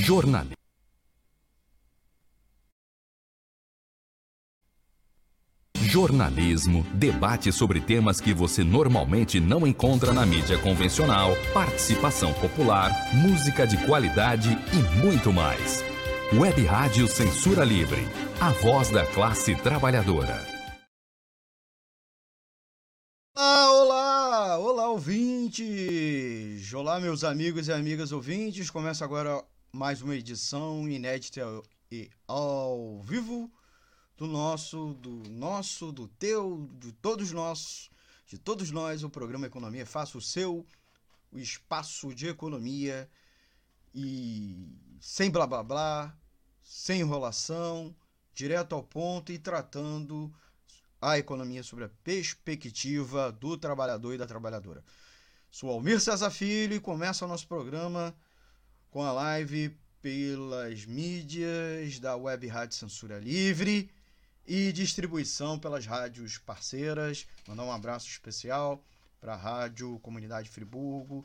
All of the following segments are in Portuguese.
Jornalismo, debate sobre temas que você normalmente não encontra na mídia convencional, participação popular, música de qualidade e muito mais. Web Rádio Censura Livre, a voz da classe trabalhadora. Olá ouvintes! Olá meus amigos e amigas ouvintes, começa agora mais uma edição inédita e ao vivo do teu, de todos nós, o programa Economia Fácil, o espaço de economia e sem blá blá blá, sem enrolação, direto ao ponto e tratando a economia sobre a perspectiva do trabalhador e da trabalhadora. Sou Almir Cesar Filho e começa o nosso programa com a live pelas mídias da Web Rádio Censura Livre e distribuição pelas rádios parceiras. Mandar um abraço especial para a Rádio Comunidade Friburgo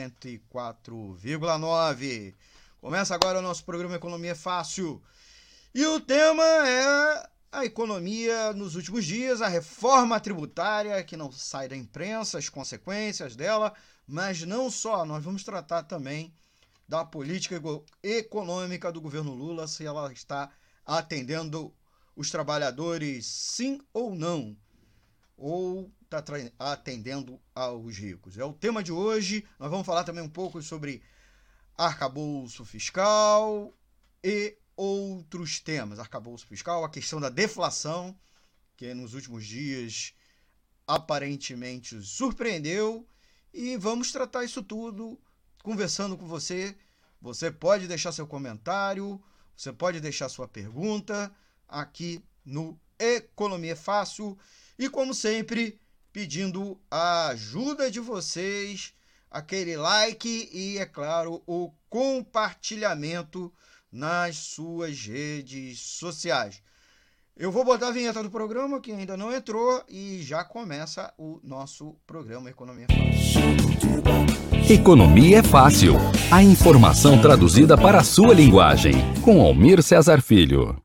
104,9. Começa agora o nosso programa Economia Fácil. E o tema é a economia nos últimos dias, a reforma tributária que não sai da imprensa, as consequências dela, mas não só, nós vamos tratar também da política econômica do governo Lula, se ela está atendendo os trabalhadores sim ou não, ou está atendendo aos ricos. É o tema de hoje. Nós vamos falar também um pouco sobre arcabouço fiscal e outros temas. Arcabouço fiscal, a questão da deflação, que nos últimos dias aparentemente surpreendeu, e vamos tratar isso tudo conversando com você. Você pode deixar seu comentário, você pode deixar sua pergunta aqui no Economia Fácil e, como sempre, pedindo a ajuda de vocês, aquele like e, é claro, o compartilhamento nas suas redes sociais. Eu vou botar a vinheta do programa, que ainda não entrou, e já começa o nosso programa Economia Fácil. Economia é Fácil. A informação traduzida para a sua linguagem. Com Almir Cesar Filho.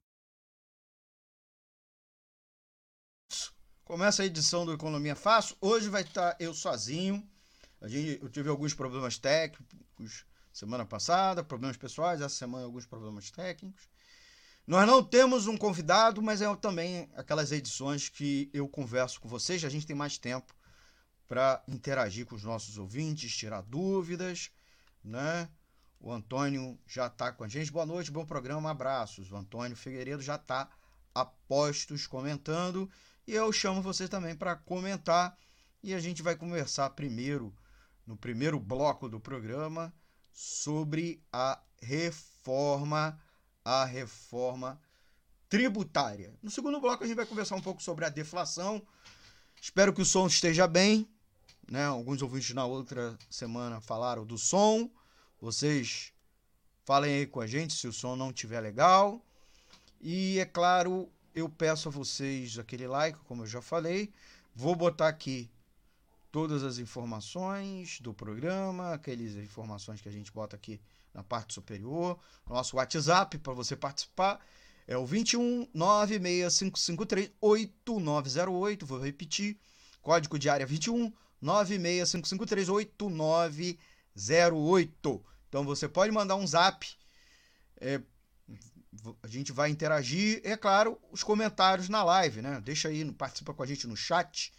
Começa a edição do Economia Fácil. Hoje vai estar eu sozinho. Eu tive alguns problemas técnicos semana passada, problemas pessoais, essa semana alguns problemas técnicos. Nós não temos um convidado, mas é também aquelas edições que eu converso com vocês. A gente tem mais tempo para interagir com os nossos ouvintes, tirar dúvidas, né? O Antônio já está com a gente. Boa noite, bom programa, abraços. O Antônio Figueiredo já está a postos comentando. E eu chamo você também para comentar. E a gente vai conversar primeiro, no primeiro bloco do programa, sobre a reforma tributária. No segundo bloco a gente vai conversar um pouco sobre a deflação. Espero que o som esteja bem, né? Alguns ouvintes na outra semana falaram do som. Vocês falem aí com a gente se o som não estiver legal. E, é claro, eu peço a vocês aquele like, como eu já falei. Vou botar aqui todas as informações do programa, aquelas informações que a gente bota aqui na parte superior. Nosso WhatsApp para você participar é o 21 96553 8908. Vou repetir. Código de área 21 96553 8908. Então você pode mandar um zap. A gente vai interagir. É claro, os comentários na live, né? Deixa aí, participa com a gente no chat.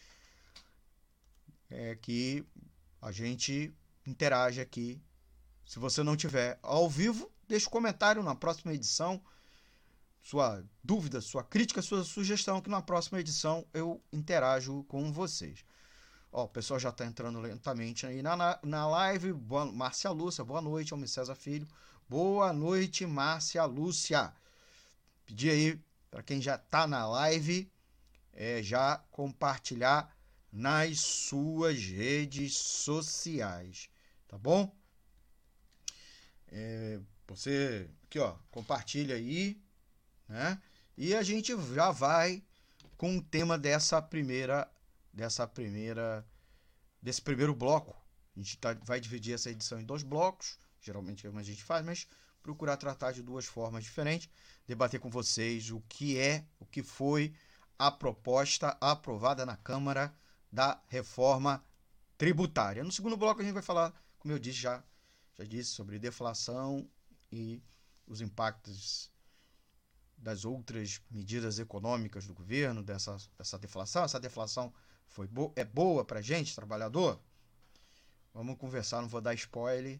Que a gente interage aqui. Se você não tiver ao vivo, deixa um comentário na próxima edição. Sua dúvida, sua crítica, sua sugestão, que na próxima edição eu interajo com vocês. O pessoal já está entrando lentamente aí na live. Márcia Lúcia, boa noite. Almir Cesar Filho. Boa noite, Márcia Lúcia. Pedi aí para quem já está na live já compartilhar nas suas redes sociais, tá bom? Você aqui, compartilha aí, né? E a gente já vai com o tema desse primeiro bloco. A gente vai dividir essa edição em 2 blocos, geralmente é como a gente faz, mas procurar tratar de duas formas diferentes, debater com vocês o que foi a proposta aprovada na Câmara da reforma tributária. No segundo bloco a gente vai falar, como eu disse, já disse, sobre deflação e os impactos das outras medidas econômicas do governo, dessa deflação. Essa deflação é boa para a gente, trabalhador? Vamos conversar, não vou dar spoiler.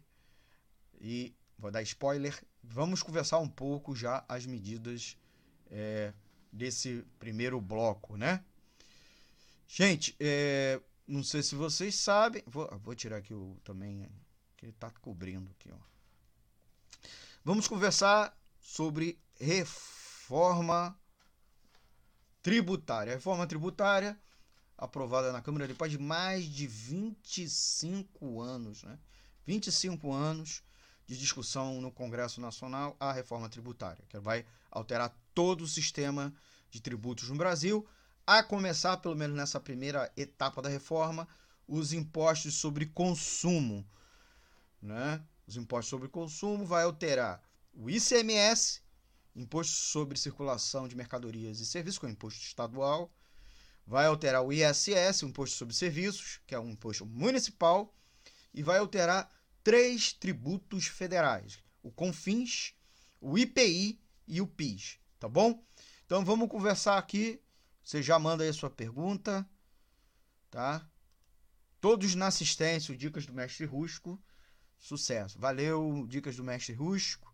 Vamos conversar um pouco já as medidas desse primeiro bloco, né? Gente, não sei se vocês sabem, vou tirar aqui também, que ele está cobrindo aqui, ó. Vamos conversar sobre reforma tributária. A reforma tributária aprovada na Câmara depois de mais de 25 anos, né? 25 anos de discussão no Congresso Nacional, a reforma tributária, que vai alterar todo o sistema de tributos no Brasil, a começar, pelo menos nessa primeira etapa da reforma, os impostos sobre consumo, né? Os impostos sobre consumo vai alterar o ICMS, Imposto sobre Circulação de Mercadorias e Serviços, que é um imposto estadual, vai alterar o ISS, o Imposto sobre Serviços, que é um imposto municipal, e vai alterar 3 tributos federais, o CONFINS, o IPI e o PIS, tá bom? Então vamos conversar aqui, você já manda aí a sua pergunta, tá? Todos na assistência, o Dicas do Mestre Rusco, sucesso. Valeu, Dicas do Mestre Rusco.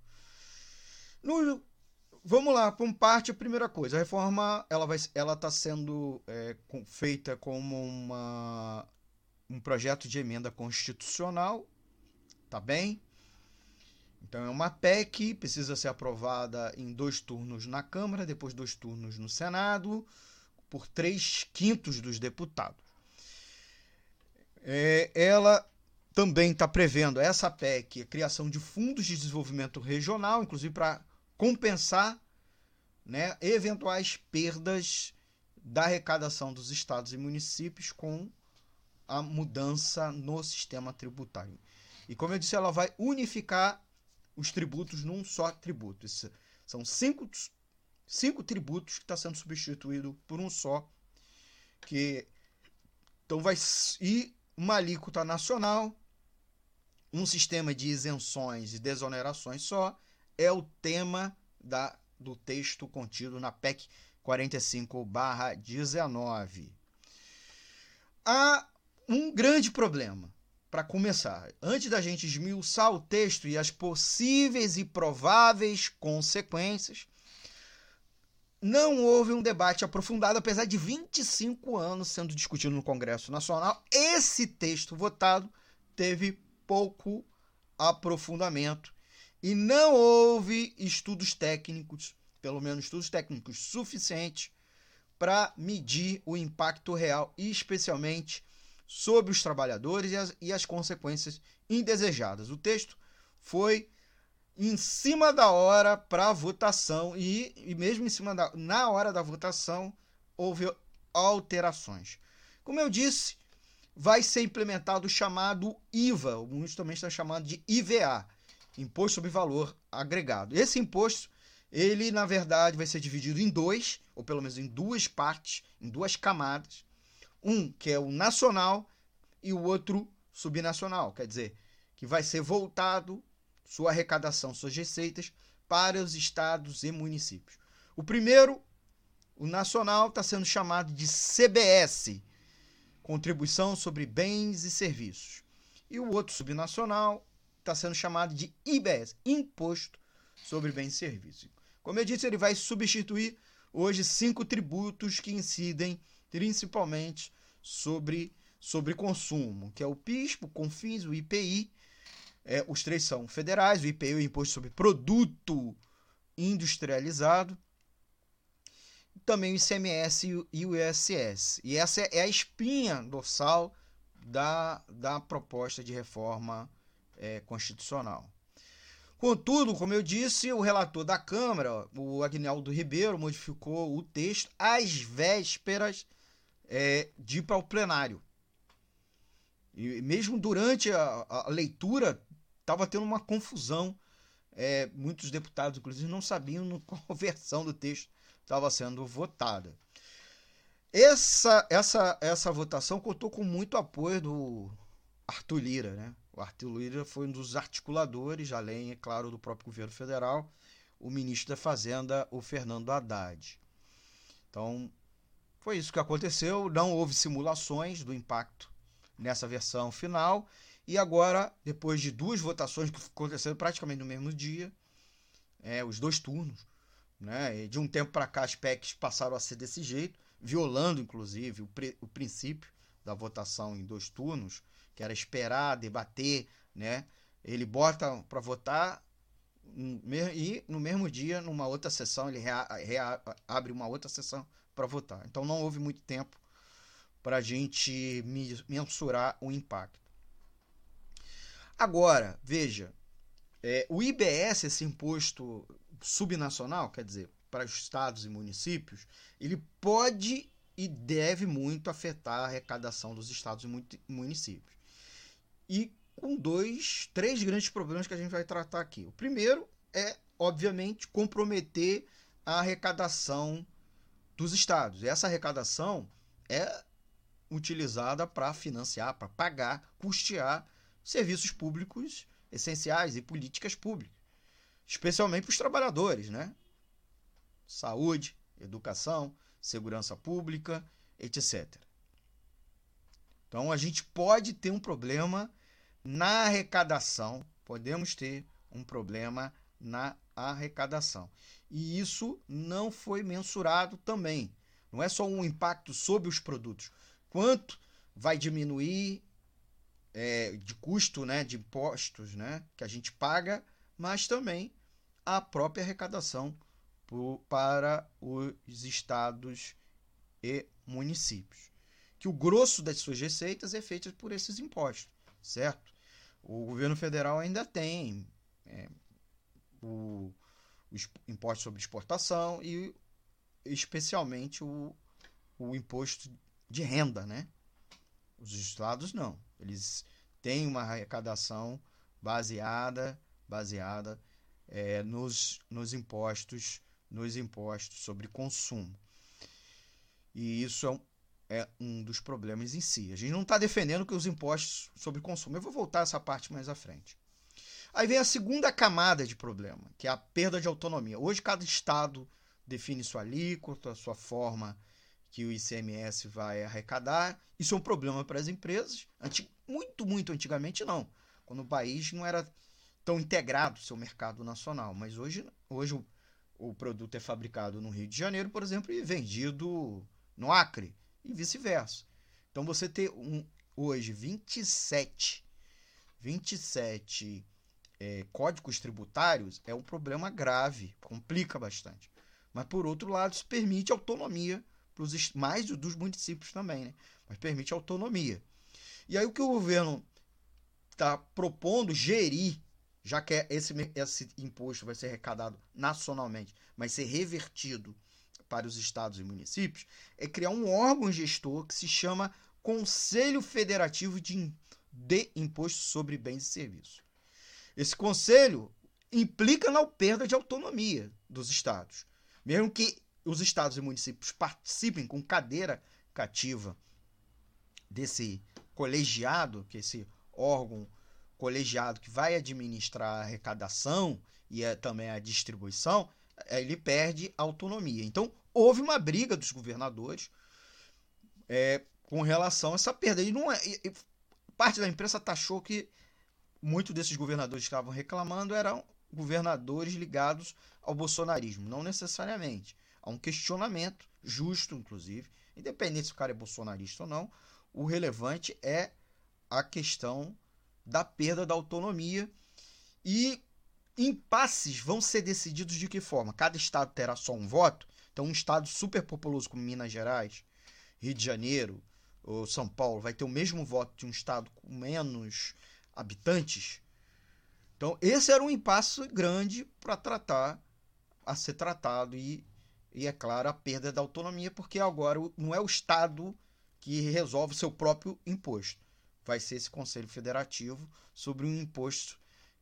Vamos lá, por parte, a primeira coisa, a reforma ela está sendo feita como um projeto de emenda constitucional, tá bem? Então é uma PEC, precisa ser aprovada em 2 turnos na Câmara, depois 2 turnos no Senado, por 3/5 dos deputados. Ela também está prevendo, essa PEC, a criação de fundos de desenvolvimento regional, inclusive para compensar, né, eventuais perdas da arrecadação dos estados e municípios com a mudança no sistema tributário. E como eu disse, ela vai unificar os tributos num só tributo. São 5 tributos que está sendo substituído por um só. Então vai ir uma alíquota nacional, um sistema de isenções e desonerações só, é o tema do texto contido na PEC 45/19. Há um grande problema, para começar. Antes da gente esmiuçar o texto e as possíveis e prováveis consequências, não houve um debate aprofundado, apesar de 25 anos sendo discutido no Congresso Nacional. Esse texto votado teve pouco aprofundamento e não houve estudos técnicos, pelo menos estudos técnicos suficientes, para medir o impacto real, especialmente sobre os trabalhadores e as consequências indesejadas. O texto foi em cima da hora para a votação e mesmo na hora da votação houve alterações. Como eu disse, vai ser implementado o chamado IVA, alguns também estão chamando de IVA, Imposto sobre Valor Agregado. Esse imposto, ele na verdade vai ser dividido em 2, ou pelo menos em 2 partes, em 2 camadas. Um que é o nacional e o outro subnacional, quer dizer, que vai ser voltado sua arrecadação, suas receitas, para os estados e municípios. O primeiro, o nacional, está sendo chamado de CBS, Contribuição sobre Bens e Serviços. E o outro subnacional está sendo chamado de IBS, Imposto sobre Bens e Serviços. Como eu disse, ele vai substituir hoje 5 tributos que incidem principalmente sobre consumo, que é o PIS, o CONFINS, o IPI. Os 3 são federais, o IPI é o Imposto sobre Produto Industrializado, também o ICMS e o ISS. E essa é a espinha dorsal da proposta de reforma constitucional. Contudo, como eu disse, o relator da Câmara, o Aguinaldo Ribeiro, modificou o texto às vésperas de ir para o plenário. E mesmo durante a leitura, estava tendo uma confusão muitos deputados, inclusive, não sabiam qual versão do texto estava sendo votada. Essa votação contou com muito apoio do Arthur Lira, né? O Arthur Lira foi um dos articuladores, além, é claro, do próprio governo federal, o ministro da Fazenda, o Fernando Haddad. Então, foi isso que aconteceu. Não houve simulações do impacto nessa versão final. E agora, depois de duas votações que aconteceram praticamente no mesmo dia, os 2 turnos, né? E de um tempo para cá as PECs passaram a ser desse jeito, violando, inclusive, o princípio da votação em 2 turnos, que era esperar, debater, né? Ele bota para votar e no mesmo dia, numa outra sessão, ele abre uma outra sessão para votar. Então não houve muito tempo para a gente mensurar o impacto. Agora, veja, o IBS, esse imposto subnacional, quer dizer, para os estados e municípios, ele pode e deve muito afetar a arrecadação dos estados e municípios. E com 3 grandes problemas que a gente vai tratar aqui. O primeiro é, obviamente, comprometer a arrecadação dos estados. E essa arrecadação é utilizada para financiar, para pagar, custear serviços públicos essenciais e políticas públicas, especialmente para os trabalhadores, né? Saúde, educação, segurança pública, etc. Então a gente pode ter um problema na arrecadação, podemos ter um problema na arrecadação. E isso não foi mensurado também. Não é só um impacto sobre os produtos, quanto vai diminuir de custo, né, de impostos, né, que a gente paga, mas também a própria arrecadação para os estados e municípios. Que o grosso das suas receitas é feito por esses impostos, certo? O governo federal ainda tem os impostos sobre exportação e especialmente o imposto de renda, né? Os estados não. Eles têm uma arrecadação baseada nos impostos sobre consumo. E isso é um dos problemas em si. A gente não está defendendo que os impostos sobre consumo. Eu vou voltar a essa parte mais à frente. Aí vem a segunda camada de problema, que é a perda de autonomia. Hoje cada estado define sua alíquota, sua forma que o ICMS vai arrecadar. Isso é um problema para as empresas. Muito antigamente não, quando o país não era tão integrado ao seu mercado nacional. Mas hoje o produto é fabricado no Rio de Janeiro, por exemplo, e vendido no Acre e vice-versa. Então você ter hoje 27 códigos tributários é um problema grave, complica bastante. Mas, por outro lado, isso permite autonomia mais dos municípios também, né? Mas permite autonomia. E aí o que o governo está propondo gerir, já que esse imposto vai ser arrecadado nacionalmente, mas ser revertido para os estados e municípios, é criar um órgão gestor que se chama Conselho Federativo de Imposto sobre Bens e Serviços. Esse conselho implica na perda de autonomia dos estados. Mesmo que os estados e municípios participem com cadeira cativa desse colegiado, que é esse órgão colegiado que vai administrar a arrecadação e também a distribuição, ele perde autonomia. Então, houve uma briga dos governadores com relação a essa perda. E parte da imprensa taxou que muitos desses governadores que estavam reclamando eram governadores ligados ao bolsonarismo. Não necessariamente. Há um questionamento justo, inclusive, independente se o cara é bolsonarista ou não. O relevante é a questão da perda da autonomia. E impasses vão ser decididos de que forma? Cada estado terá só um voto. Então, um estado superpopuloso como Minas Gerais, Rio de Janeiro ou São Paulo vai ter o mesmo voto de um estado com menos habitantes. Então, esse era um impasse grande a ser tratado e é claro, a perda da autonomia, porque agora não é o estado que resolve o seu próprio imposto. Vai ser esse Conselho Federativo sobre um imposto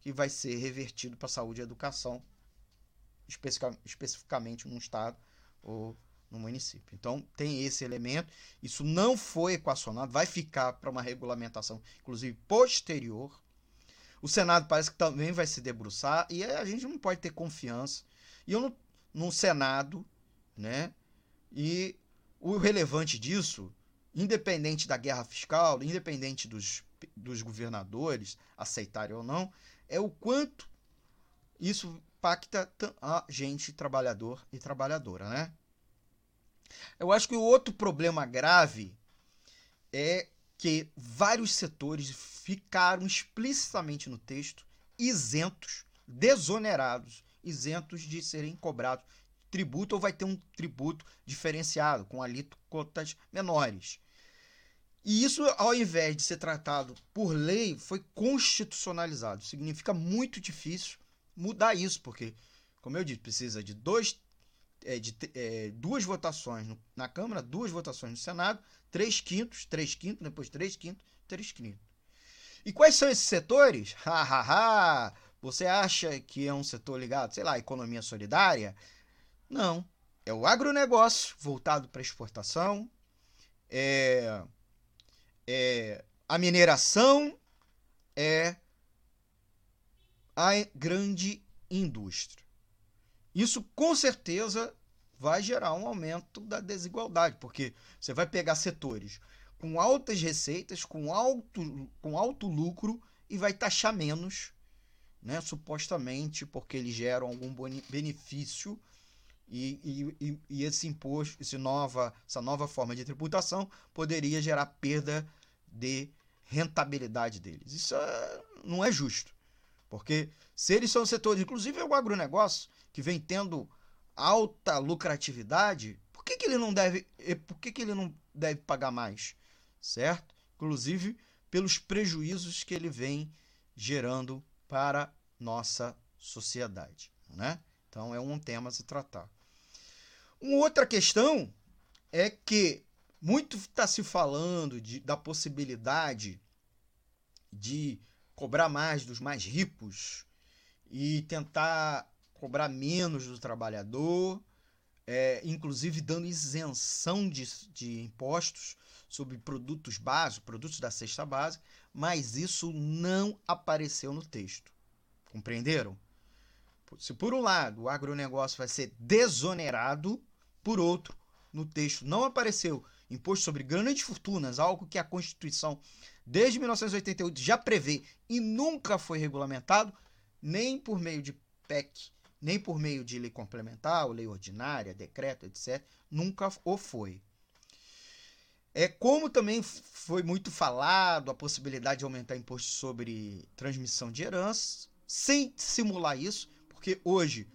que vai ser revertido para a saúde e educação, especificamente num estado ou no município. Então, tem esse elemento. Isso não foi equacionado, vai ficar para uma regulamentação, inclusive posterior. O Senado parece que também vai se debruçar, e a gente não pode ter confiança. E eu no Senado, né? E o relevante disso, independente da guerra fiscal, independente dos governadores aceitarem ou não, é o quanto isso impacta a gente, trabalhador e trabalhadora, né? Eu acho que o outro problema grave é que vários setores ficaram explicitamente no texto isentos, desonerados, isentos de serem cobrados tributo, ou vai ter um tributo diferenciado, com alíquotas menores. E isso, ao invés de ser tratado por lei, foi constitucionalizado. Significa muito difícil mudar isso, porque, como eu disse, precisa de duas votações na Câmara, 2 votações no Senado, 3/5, depois 3/5. E quais são esses setores? Você acha que é um setor ligado, sei lá, à economia solidária? Não. É o agronegócio voltado para exportação, a mineração, a grande indústria. Isso com certeza vai gerar um aumento da desigualdade, porque você vai pegar setores com altas receitas, com alto lucro, e vai taxar menos, né, supostamente porque eles geram algum benefício, e esse imposto, essa nova forma de tributação poderia gerar perda de rentabilidade deles. Isso não é justo, porque se eles são setores, inclusive o agronegócio, que vem tendo alta lucratividade, por que ele não deve pagar mais? Certo? Inclusive pelos prejuízos que ele vem gerando para nossa sociedade, né? Então é um tema a se tratar. Uma outra questão é que muito está se falando da possibilidade de cobrar mais dos mais ricos e tentar cobrar menos do trabalhador, inclusive dando isenção de impostos sobre produtos básicos, produtos da cesta básica, mas isso não apareceu no texto. Compreenderam? Se por um lado o agronegócio vai ser desonerado, por outro, no texto não apareceu imposto sobre grandes fortunas, algo que a Constituição desde 1988 já prevê e nunca foi regulamentado, nem por meio de PEC, nem por meio de lei complementar, ou lei ordinária, decreto, etc. Nunca o foi. Como também foi muito falado a possibilidade de aumentar imposto sobre transmissão de herança, sem simular isso, porque hoje,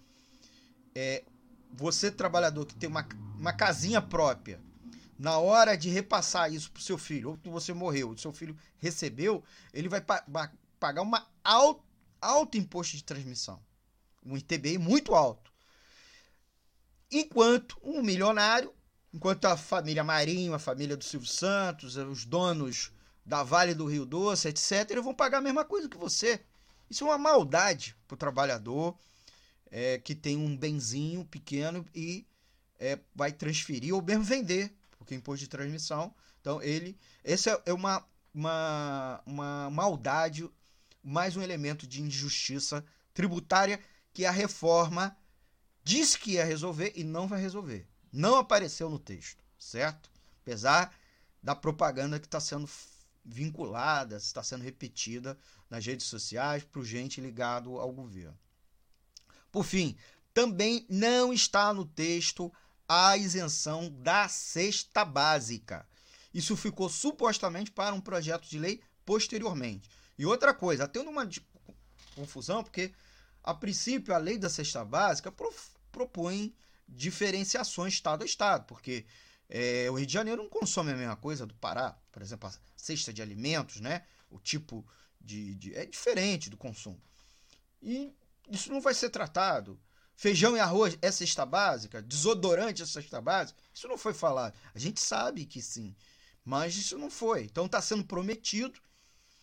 você trabalhador que tem uma casinha própria, na hora de repassar isso para o seu filho, ou que você morreu, o seu filho recebeu, ele vai pagar um alto imposto de transmissão, um ITBI muito alto. Enquanto um milionário, enquanto a família Marinho, a família do Silvio Santos, os donos da Vale do Rio Doce, etc., eles vão pagar a mesma coisa que você. Isso é uma maldade para o trabalhador que tem um benzinho pequeno e vai transferir ou mesmo vender, porque imposto de transmissão. Então, essa é uma maldade, mais um elemento de injustiça tributária que a reforma disse que ia resolver e não vai resolver. Não apareceu no texto, certo? Apesar da propaganda que está sendo vinculada, está sendo repetida nas redes sociais por gente ligado ao governo. Por fim, também não está no texto a isenção da cesta básica. Isso ficou supostamente para um projeto de lei posteriormente. E outra coisa, tendo uma confusão, porque a princípio a lei da cesta básica propõe diferenciações estado a estado, porque o Rio de Janeiro não consome a mesma coisa do Pará, por exemplo, a cesta de alimentos, né? O tipo é diferente do consumo. E isso não vai ser tratado. Feijão e arroz é cesta básica, desodorante é cesta básica, isso não foi falado. A gente sabe que sim, mas isso não foi. Então está sendo prometido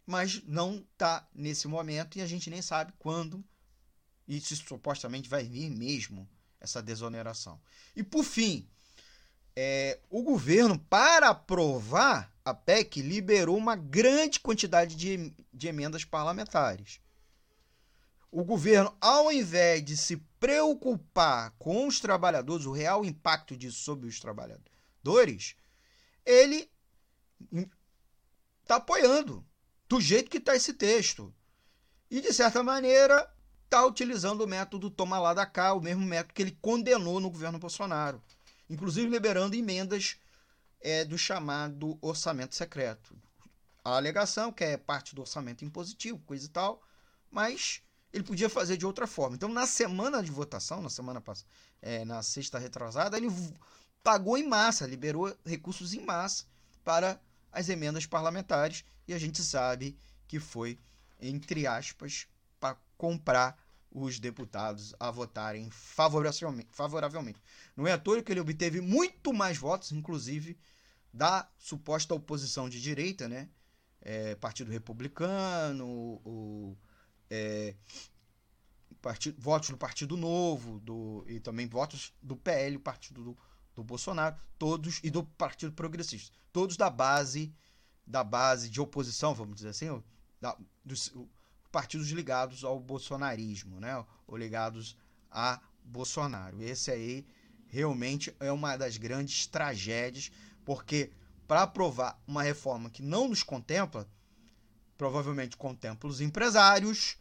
mas não está nesse momento e a gente nem sabe quando isso supostamente vai vir mesmo, essa desoneração. E por fim, o governo, para aprovar a PEC, liberou uma grande quantidade de emendas parlamentares. O governo, ao invés de se preocupar com os trabalhadores, o real impacto disso sobre os trabalhadores, ele está apoiando do jeito que está esse texto. E, de certa maneira, está utilizando o método toma lá da cá, o mesmo método que ele condenou no governo Bolsonaro. Inclusive liberando emendas do chamado orçamento secreto. A alegação que é parte do orçamento impositivo, coisa e tal, mas ele podia fazer de outra forma. Então, na semana de votação, na sexta retrasada, ele pagou em massa, liberou recursos em massa para as emendas parlamentares, e a gente sabe que foi, entre aspas, para comprar os deputados a votarem favoravelmente. Não é à toa que ele obteve muito mais votos, inclusive, da suposta oposição de direita, né? Partido Republicano, votos do Partido Novo, e também votos do PL, o partido do Bolsonaro, todos, e do Partido Progressista, todos da base de oposição, vamos dizer assim, dos partidos ligados ao bolsonarismo, né? Ou ligados a Bolsonaro. Esse aí realmente é uma das grandes tragédias, porque para aprovar uma reforma que não nos contempla, provavelmente contempla os empresários,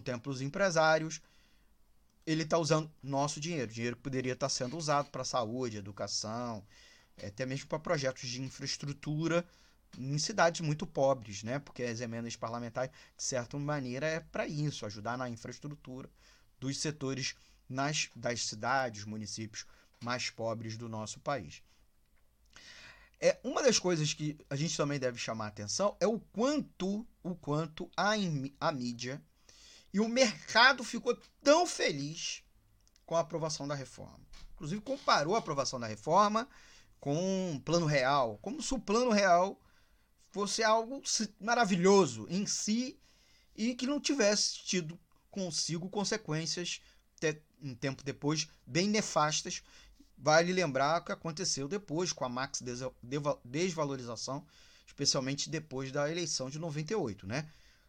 ele está usando nosso dinheiro que poderia estar sendo usado para saúde, educação, até mesmo para projetos de infraestrutura em cidades muito pobres, né? Porque as emendas parlamentares, de certa maneira, é para isso, ajudar na infraestrutura dos setores das cidades, municípios mais pobres do nosso país. Uma das coisas que a gente também deve chamar a atenção é o quanto a mídia e o mercado ficou tão feliz com a aprovação da reforma. Inclusive, comparou a aprovação da reforma com o Plano Real, como se o Plano Real fosse algo maravilhoso em si e que não tivesse tido consigo consequências, um tempo depois, bem nefastas. Vale lembrar o que aconteceu depois com a Max desvalorização, especialmente depois da eleição de 98, né?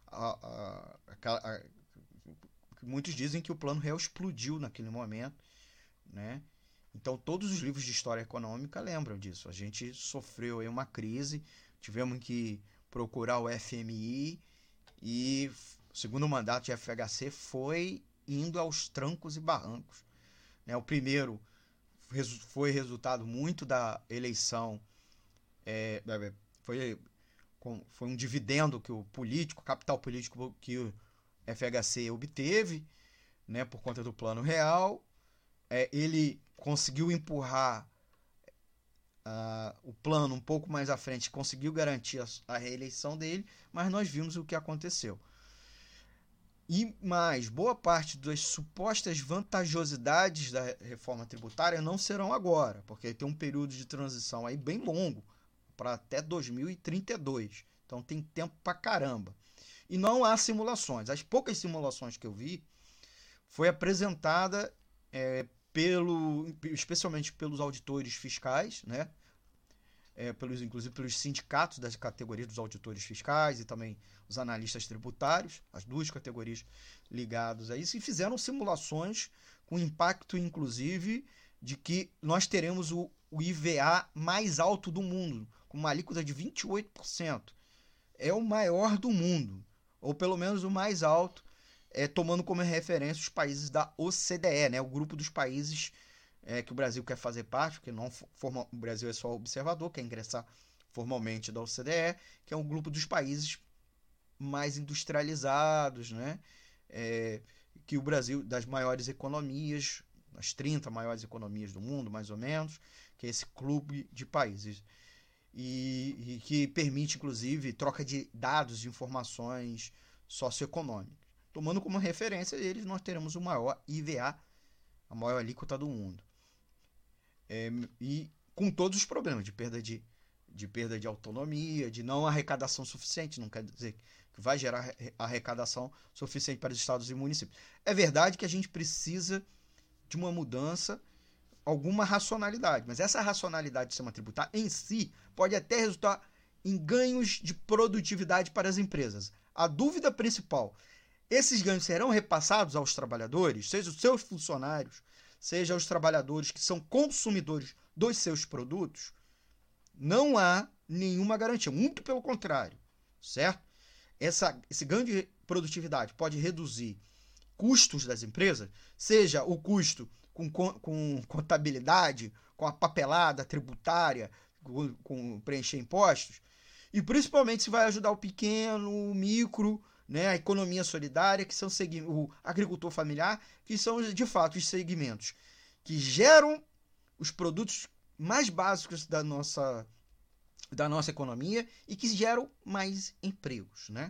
Muitos dizem que o Plano Real explodiu naquele momento, né? Então, todos os livros de história econômica lembram disso. A gente sofreu aí uma crise, tivemos que procurar o FMI e o segundo mandato de FHC foi indo aos trancos e barrancos, né? O primeiro foi resultado muito da eleição, foi um dividendo que o capital político que o FHC obteve, né, por conta do Plano Real. Ele conseguiu empurrar o plano um pouco mais à frente, conseguiu garantir a reeleição dele, mas nós vimos o que aconteceu. E mais, boa parte das supostas vantajosidades da reforma tributária não serão agora, porque tem um período de transição aí bem longo, para até 2032. Então tem tempo pra caramba. E não há simulações. As poucas simulações que eu vi foi apresentada especialmente pelos auditores fiscais, né? Inclusive pelos sindicatos das categorias dos auditores fiscais e também os analistas tributários, as duas categorias ligadas a isso, e fizeram simulações com impacto, inclusive, de que nós teremos o IVA mais alto do mundo, com uma alíquota de 28%. É o maior do mundo, ou pelo menos o mais alto, tomando como referência os países da OCDE, né? O grupo dos países que o Brasil quer fazer parte, porque o Brasil é só observador, quer ingressar formalmente da OCDE, que é um grupo dos países mais industrializados, né? Que o Brasil, das maiores economias, as 30 maiores economias do mundo, mais ou menos, que é esse clube de países. E que permite, inclusive, troca de dados, de informações socioeconômicas. Tomando como referência eles, nós teremos o maior IVA, a maior alíquota do mundo. E com todos os problemas de perda de autonomia, de não arrecadação suficiente. Não quer dizer que vai gerar arrecadação suficiente para os estados e municípios. É verdade que a gente precisa de uma mudança, alguma racionalidade, mas essa racionalidade do sistema tributário em si pode até resultar em ganhos de produtividade para as empresas. A dúvida principal, esses ganhos serão repassados aos trabalhadores, seja os seus funcionários, seja os trabalhadores que são consumidores dos seus produtos? Não há nenhuma garantia, muito pelo contrário, certo? Esse ganho de produtividade pode reduzir custos das empresas, seja o custo com contabilidade, com a papelada tributária, com preencher impostos, e principalmente se vai ajudar o pequeno, o micro, né, a economia solidária, que são o agricultor familiar, que são de fato os segmentos que geram os produtos mais básicos da nossa economia e que geram mais empregos, né?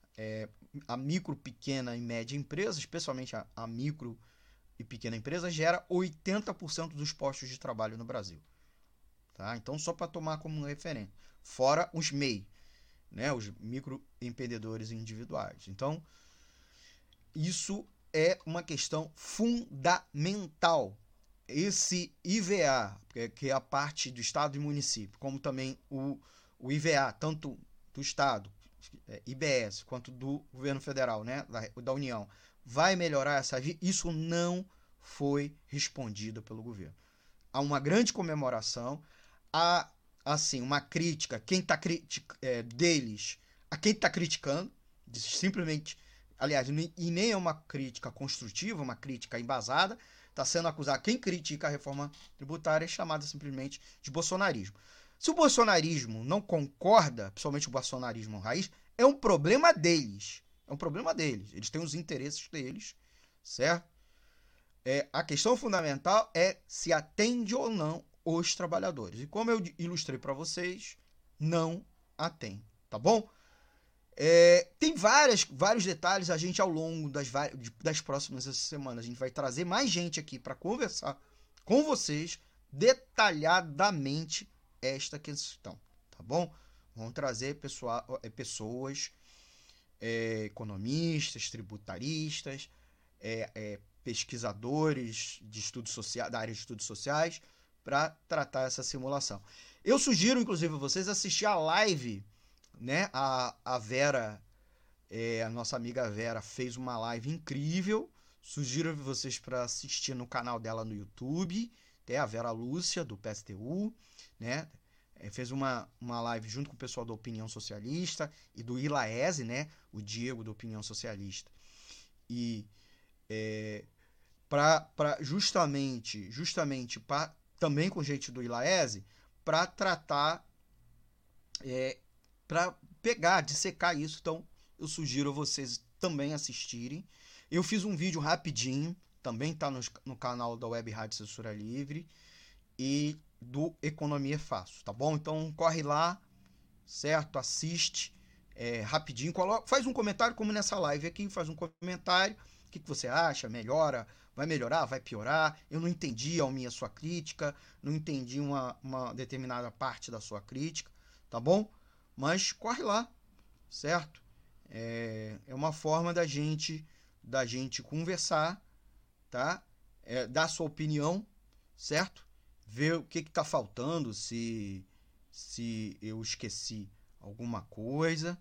A micro, pequena e média empresa, especialmente a micro e pequena empresa, gera 80% dos postos de trabalho no Brasil. Tá? Então, só para tomar como referência. Fora os MEI, né? Os microempreendedores individuais. Então, isso é uma questão fundamental. Esse IVA, que é a parte do Estado e município, como também o IVA, tanto do Estado, IBS, quanto do governo federal, né, da União, vai melhorar essa vida? Isso não foi respondido pelo governo. Há uma grande comemoração, há assim, uma crítica deles a quem está criticando, simplesmente, aliás, e nem é uma crítica construtiva, uma crítica embasada, está sendo acusado, quem critica a reforma tributária é chamada simplesmente de bolsonarismo. Se o bolsonarismo não concorda, principalmente o bolsonarismo raiz, é um problema deles. É um problema deles. Eles têm os interesses deles, certo? A questão fundamental é se atende ou não os trabalhadores. E como eu ilustrei para vocês, não atende, tá bom? Tem vários detalhes, a gente ao longo das próximas semanas, a gente vai trazer mais gente aqui para conversar com vocês detalhadamente esta questão, tá bom? Vamos trazer pessoas, economistas, tributaristas, pesquisadores de estudos sociais, da área de estudos sociais, para tratar essa simulação. Eu sugiro, inclusive, vocês assistir a live, né? A Vera, a nossa amiga Vera, fez uma live incrível. Sugiro vocês para assistir no canal dela no YouTube. Tem a Vera Lúcia, do PSTU, né? Fez uma live junto com o pessoal da Opinião Socialista e do ILAESE, né? O Diego, da Opinião Socialista. E justamente também com gente do ILAESE, para tratar, para pegar, dissecar isso. Então, eu sugiro vocês também assistirem. Eu fiz um vídeo rapidinho, também está no canal da Web Rádio Censura Livre e do Economia Fácil, tá bom? Então, corre lá, certo? Assiste rapidinho, faz um comentário, como nessa live aqui, faz um comentário. O que você acha? Melhora? Vai melhorar? Vai piorar? Eu não entendi a sua crítica, não entendi uma determinada parte da sua crítica, tá bom? Mas corre lá, certo? É uma forma da gente conversar, tá? Dar sua opinião, certo? Ver o que está faltando, se eu esqueci alguma coisa,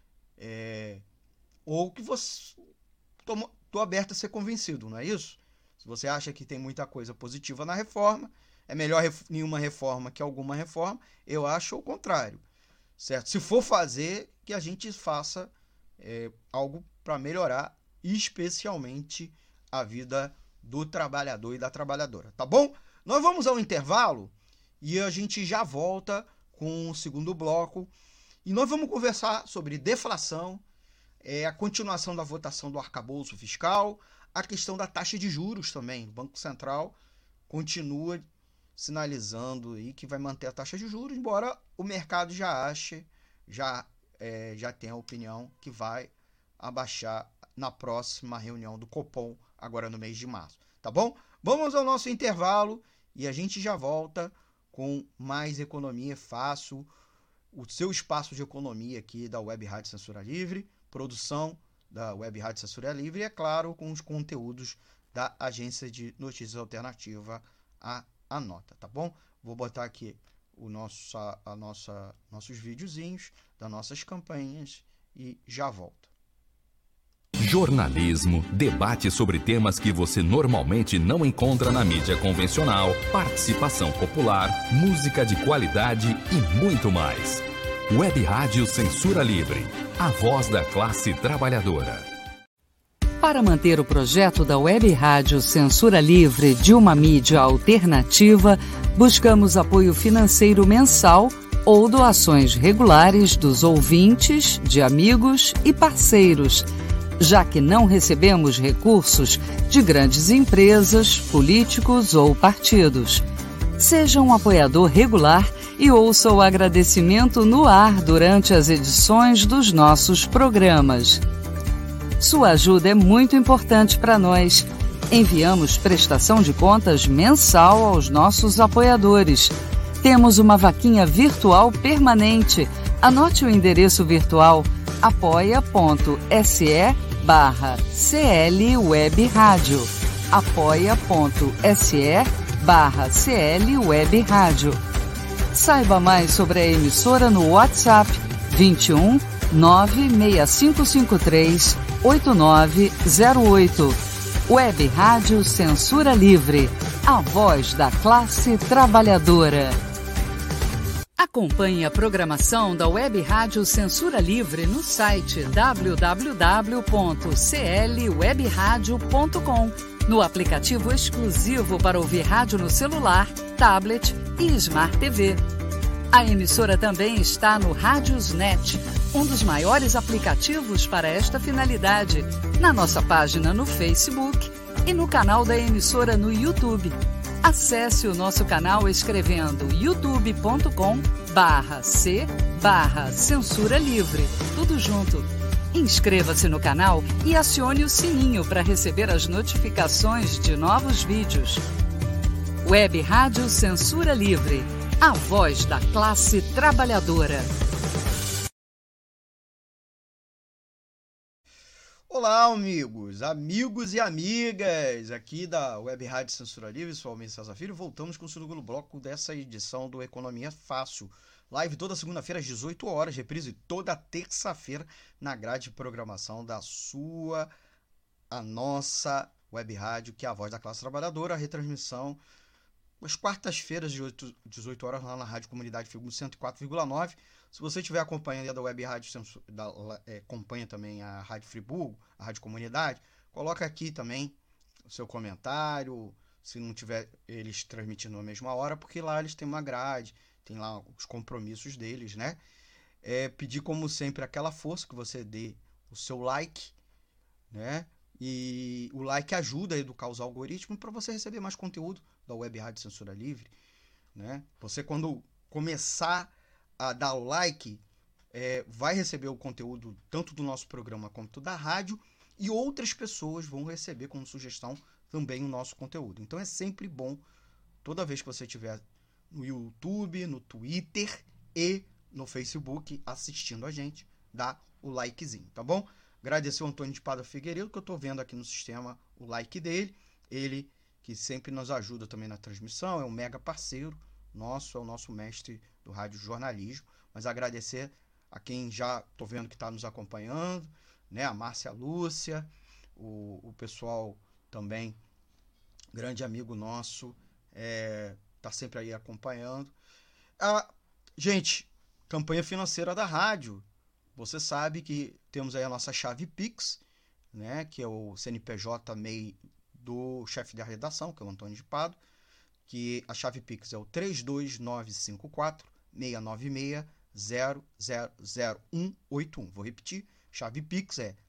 ou que você... Estou aberto a ser convencido, não é isso? Se você acha que tem muita coisa positiva na reforma, é melhor nenhuma reforma que alguma reforma, eu acho o contrário, certo? Se for fazer, que a gente faça algo para melhorar, especialmente a vida do trabalhador e da trabalhadora, tá bom? Nós vamos ao intervalo e a gente já volta com o segundo bloco e nós vamos conversar sobre deflação, a continuação da votação do arcabouço fiscal, a questão da taxa de juros também. O Banco Central continua sinalizando aí que vai manter a taxa de juros, embora o mercado já tenha a opinião que vai abaixar na próxima reunião do Copom, agora no mês de março. Tá bom? Vamos ao nosso intervalo e a gente já volta com mais Economia Fácil, o seu espaço de economia aqui da Web Rádio Censura Livre, produção da Web Rádio Censura Livre e, é claro, com os conteúdos da Agência de Notícias Alternativa, a Anota, tá bom? Vou botar aqui nossos videozinhos das nossas campanhas e já volto. Jornalismo, debate sobre temas que você normalmente não encontra na mídia convencional, participação popular, música de qualidade e muito mais. Web Rádio Censura Livre, a voz da classe trabalhadora. Para manter o projeto da Web Rádio Censura Livre de uma mídia alternativa, buscamos apoio financeiro mensal ou doações regulares dos ouvintes, de amigos e parceiros, já que não recebemos recursos de grandes empresas, políticos ou partidos. Seja um apoiador regular e ouça o agradecimento no ar durante as edições dos nossos programas. Sua ajuda é muito importante para nós. Enviamos prestação de contas mensal aos nossos apoiadores. Temos uma vaquinha virtual permanente. Anote o endereço virtual apoia.se/CL Web Rádio. apoia.se/CL Web Rádio. Saiba mais sobre a emissora no WhatsApp 21 96553 8908. Web Rádio Censura Livre, a voz da classe trabalhadora. Acompanhe a programação da Web Rádio Censura Livre no site www.clwebradio.com, no aplicativo exclusivo para ouvir rádio no celular, tablet e Smart TV. A emissora também está no Radiosnet, um dos maiores aplicativos para esta finalidade, na nossa página no Facebook e no canal da emissora no YouTube. Acesse o nosso canal escrevendo youtube.com/c/censura livre, tudo junto. Inscreva-se no canal e acione o sininho para receber as notificações de novos vídeos. Web Rádio Censura Livre, a voz da classe trabalhadora. Olá, amigos e amigas aqui da Web Rádio Censura Livre, sou Almir César Filho. Voltamos com o segundo bloco dessa edição do Economia Fácil. Live toda segunda-feira às 18 horas, reprise toda terça-feira na grade de programação da a nossa Web Rádio, que é a voz da classe trabalhadora. A retransmissão às quartas-feiras, de 18 horas, lá na Rádio Comunidade Friburgo 104,9. Se você estiver acompanhando da Web Rádio, acompanha também a Rádio Friburgo, a Rádio Comunidade, coloca aqui também o seu comentário, se não tiver eles transmitindo na mesma hora, porque lá eles têm uma grade, tem lá os compromissos deles, né? Pedir, como sempre, aquela força que você dê o seu like, né? E o like ajuda a educar os algoritmos para você receber mais conteúdo da Web Rádio Censura Livre, né? Você, quando começar a dar o like, vai receber o conteúdo tanto do nosso programa quanto da rádio, e outras pessoas vão receber como sugestão também o nosso conteúdo. Então é sempre bom, toda vez que você estiver no YouTube, no Twitter e no Facebook assistindo a gente, dá o likezinho, tá bom? Agradecer ao Antônio de Pada Figueiredo, que eu estou vendo aqui no sistema o like dele, ele que sempre nos ajuda também na transmissão, é um mega parceiro nosso, é o nosso mestre do rádio jornalismo. Mas agradecer a quem já estou vendo que está nos acompanhando, né? A Márcia Lúcia, o pessoal também, grande amigo nosso, está sempre aí acompanhando. Gente, campanha financeira da rádio. Você sabe que temos aí a nossa chave Pix, né? Que é o CNPJ MEI do chefe da redação, que é o Antônio de Pado, que a chave Pix é o 32954-696-0000181. Vou repetir, chave Pix é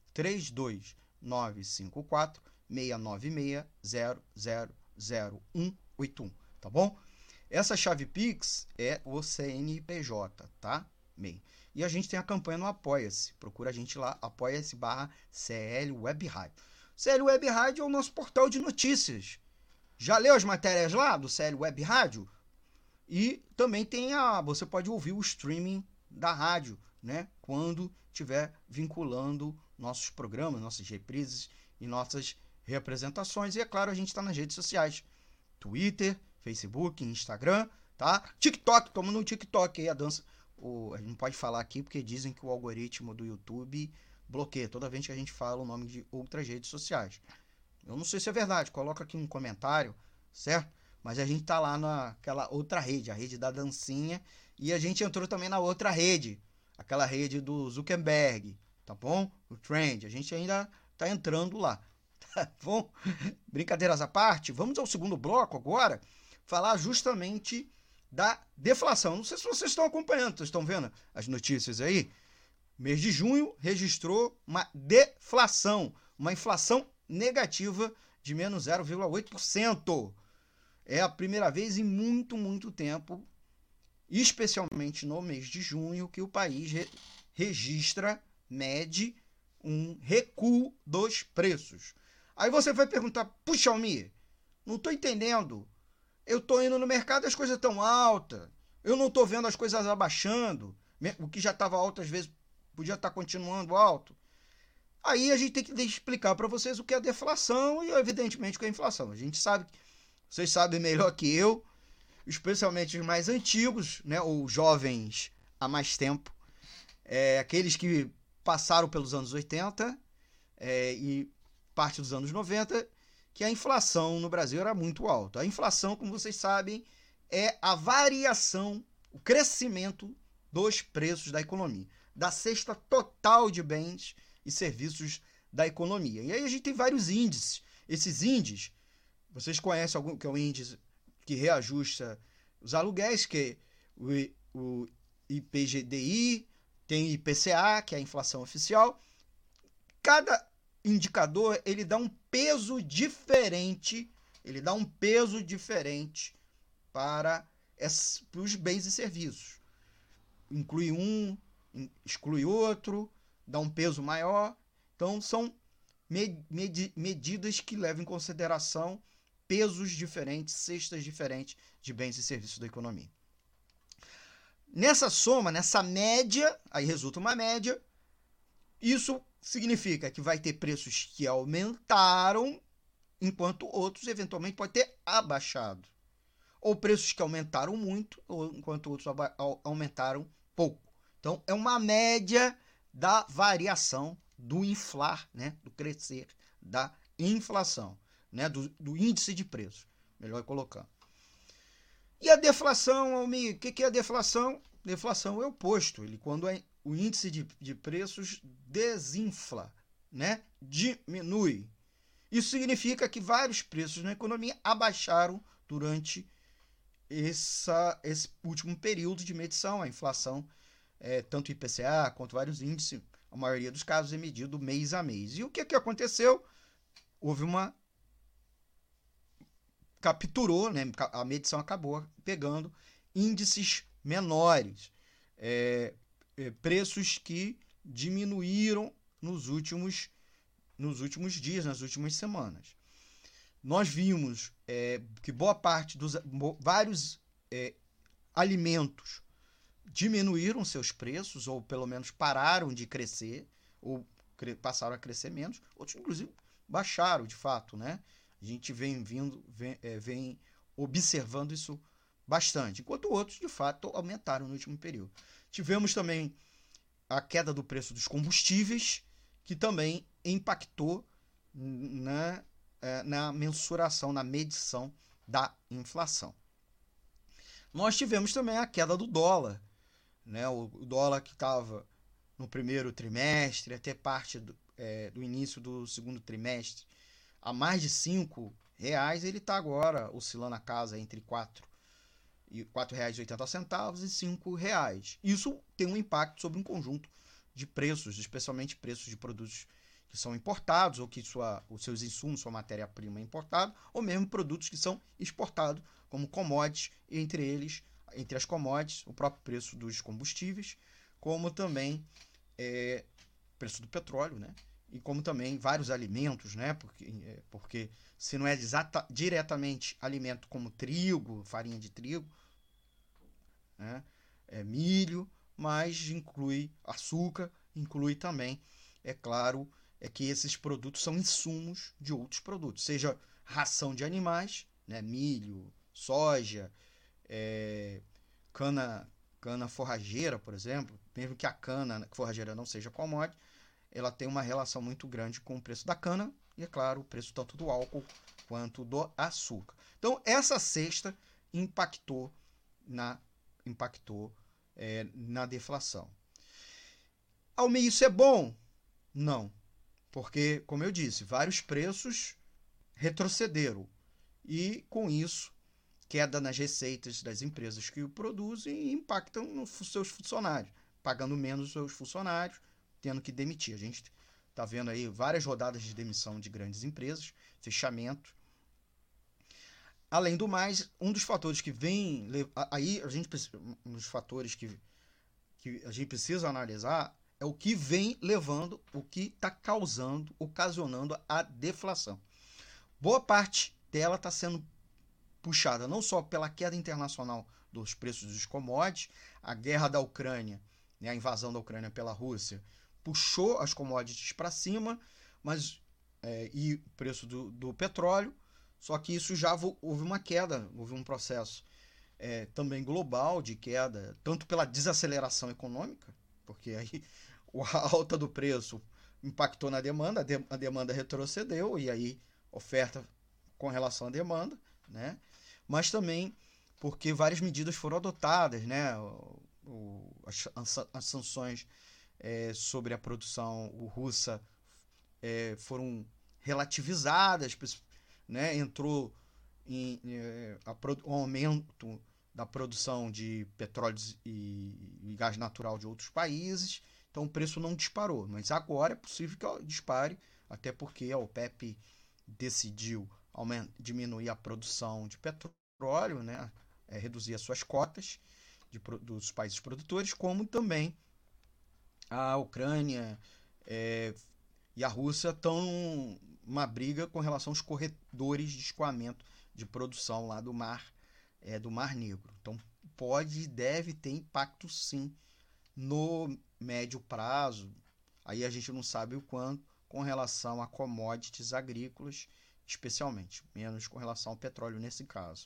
32954-696-0000181, tá bom? Essa chave Pix é o CNPJ, tá? MEI. E a gente tem a campanha no Apoia-se. Procura a gente lá, apoia-se/CL Web Rádio. CL Web Rádio é o nosso portal de notícias. Já leu as matérias lá do CL Web Rádio? E também tem você pode ouvir o streaming da rádio né, quando estiver vinculando nossos programas, nossas reprises e nossas representações. E é claro, a gente está nas redes sociais, Twitter, Facebook, Instagram, tá? TikTok, estamos no TikTok aí, a dança. A gente não pode falar aqui porque dizem que o algoritmo do YouTube bloqueia toda vez que a gente fala o nome de outras redes sociais. Eu não sei se é verdade, coloca aqui um comentário, certo? Mas a gente tá lá naquela outra rede, a rede da dancinha, e a gente entrou também na outra rede, aquela rede do Zuckerberg, tá bom? O Trend, a gente ainda tá entrando lá, tá bom? Brincadeiras à parte, vamos ao segundo bloco agora, falar justamente da deflação. Não sei se vocês estão acompanhando, vocês estão vendo as notícias aí? Mês de junho registrou uma deflação, uma inflação negativa de menos 0,8%. É a primeira vez em muito tempo, especialmente no mês de junho, que o país mede um recuo dos preços. Aí você vai perguntar, puxa, Almir, não estou entendendo. Eu estou indo no mercado e as coisas estão altas. Eu não estou vendo as coisas abaixando. O que já estava alto, às vezes, podia estar continuando alto. Aí a gente tem que explicar para vocês o que é deflação e, evidentemente, o que é inflação. A gente sabe, vocês sabem melhor que eu, especialmente os mais antigos, né, ou jovens há mais tempo, aqueles que passaram pelos anos 80 e parte dos anos 90, que a inflação no Brasil era muito alta. A inflação, como vocês sabem, é a variação, o crescimento dos preços da economia, da cesta total de bens e serviços da economia. E aí a gente tem vários índices. Esses índices, vocês conhecem algum que é o índice que reajusta os aluguéis, que é o IPGDI, tem o IPCA, que é a inflação oficial. Cada indicador, ele dá um peso diferente, para os bens e serviços. Inclui um, exclui outro, dá um peso maior. Então, são medidas que levam em consideração pesos diferentes, cestas diferentes de bens e serviços da economia. Nessa soma, nessa média, aí resulta uma média, isso significa que vai ter preços que aumentaram, enquanto outros eventualmente podem ter abaixado. Ou preços que aumentaram muito, ou enquanto outros aumentaram pouco. Então, é uma média da variação do inflar, né, do crescer da inflação, né, do índice de preço, melhor colocando. E a deflação, Almir, o que é a deflação? Deflação é o oposto, quando o índice de preços desinfla, né, diminui. Isso significa que vários preços na economia abaixaram durante esse último período de medição. A inflação, tanto IPCA quanto vários índices, a maioria dos casos é medido mês a mês. E o que aconteceu? Houve capturou, né? A medição acabou pegando índices menores, preços que diminuíram nos últimos dias, nas últimas semanas. Nós vimos que boa parte dos vários alimentos diminuíram seus preços, ou pelo menos pararam de crescer, ou passaram a crescer menos. Outros, inclusive, baixaram de fato, né? A gente vem observando isso bastante, enquanto outros, de fato, aumentaram no último período. Tivemos também a queda do preço dos combustíveis, que também impactou na mensuração, na medição da inflação. Nós tivemos também a queda do dólar, né? O dólar que estava no primeiro trimestre, até parte do início do segundo trimestre, a mais de R$5, ele está agora oscilando a casa entre R$ 4,80 e R$5. Isso tem um impacto sobre um conjunto de preços, especialmente preços de produtos que são importados, ou que os seus insumos, sua matéria-prima é importada, ou mesmo produtos que são exportados, como commodities, entre as commodities, o próprio preço dos combustíveis, como também preço do petróleo, né? E como também vários alimentos, né? Porque se não é diretamente alimento como trigo, farinha de trigo, né? Milho, mas inclui açúcar, inclui também, é claro, que esses produtos são insumos de outros produtos, seja ração de animais, né, milho, soja, cana forrageira, por exemplo, mesmo que a cana forrageira não seja commodity, ela tem uma relação muito grande com o preço da cana e, é claro, o preço tanto do álcool quanto do açúcar. Então, essa cesta impactou na deflação. Ao meio isso é bom? Não, porque, como eu disse, vários preços retrocederam e, com isso, queda nas receitas das empresas que o produzem e impactam nos seus funcionários, pagando menos os seus funcionários, tendo que demitir. A gente está vendo aí várias rodadas de demissão de grandes empresas, fechamento. Além do mais, um dos fatores que vem... Aí, um dos fatores que a gente precisa analisar é o que vem levando, o que está ocasionando a deflação. Boa parte dela está sendo puxada não só pela queda internacional dos preços dos commodities, a guerra da Ucrânia, né, a invasão da Ucrânia pela Rússia, puxou as commodities para cima, mas e o preço do petróleo, só que isso já houve uma queda, houve um processo também global de queda, tanto pela desaceleração econômica, porque aí a alta do preço impactou na demanda, a demanda retrocedeu, e aí oferta com relação à demanda, né? Mas também porque várias medidas foram adotadas, né? As sanções sobre a produção russa foram relativizadas, né? Entrou um aumento da produção de petróleo e gás natural de outros países, então o preço não disparou, mas agora é possível que dispare, até porque a OPEP decidiu diminuir a produção de petróleo, né? Reduzir as suas cotas dos países produtores, como também a Ucrânia e a Rússia estão numa briga com relação aos corredores de escoamento de produção lá do Mar Negro. Então pode e deve ter impacto sim no médio prazo. Aí a gente não sabe o quanto com relação a commodities agrícolas, especialmente, menos com relação ao petróleo nesse caso.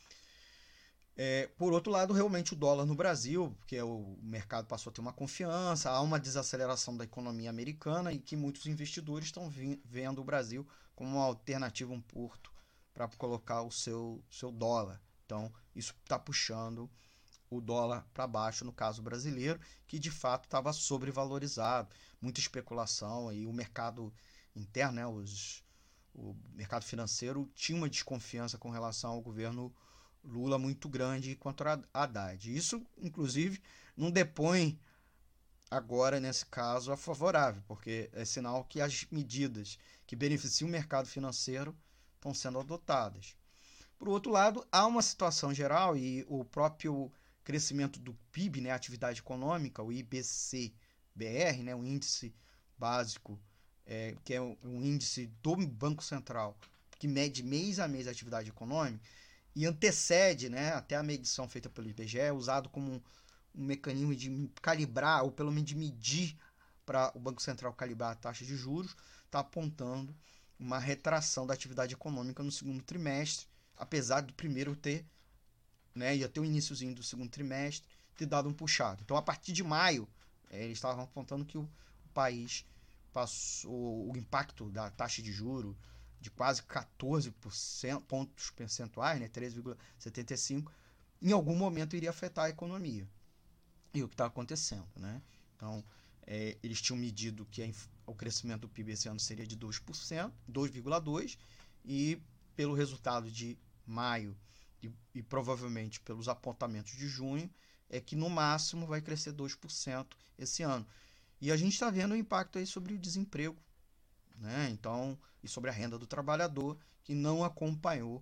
Por outro lado, realmente o dólar no Brasil, porque o mercado passou a ter uma confiança, há uma desaceleração da economia americana e que muitos investidores estão vendo o Brasil como uma alternativa, um porto para colocar o seu dólar. Então, isso está puxando o dólar para baixo no caso brasileiro, que de fato estava sobrevalorizado, muita especulação, e o mercado interno, né, o mercado financeiro tinha uma desconfiança com relação ao governo Lula muito grande contra a Haddad. Isso, inclusive, não depõe agora, nesse caso, a favorável, porque é sinal que as medidas que beneficiam o mercado financeiro estão sendo adotadas. Por outro lado, há uma situação geral, e o próprio crescimento do PIB, né, a atividade econômica, o IBC-BR, né, o índice básico, que é um índice do Banco Central, que mede mês a mês a atividade econômica, e antecede, né, até a medição feita pelo IBGE, usado como um mecanismo de calibrar, ou pelo menos de medir, para o Banco Central calibrar a taxa de juros, está apontando uma retração da atividade econômica no segundo trimestre, apesar do primeiro ter, né, ia ter o iniciozinho do segundo trimestre, ter dado um puxado. Então, a partir de maio, eles estavam apontando que o país passou o impacto da taxa de juros de quase 14 pontos percentuais, né, 13,75, em algum momento iria afetar a economia. E o que está acontecendo, né? Então, eles tinham medido que o crescimento do PIB esse ano seria de 2%, 2,2%, e pelo resultado de maio e provavelmente pelos apontamentos de junho, é que no máximo vai crescer 2% esse ano. E a gente está vendo o impacto aí sobre o desemprego, né? Então, e sobre a renda do trabalhador, que não acompanhou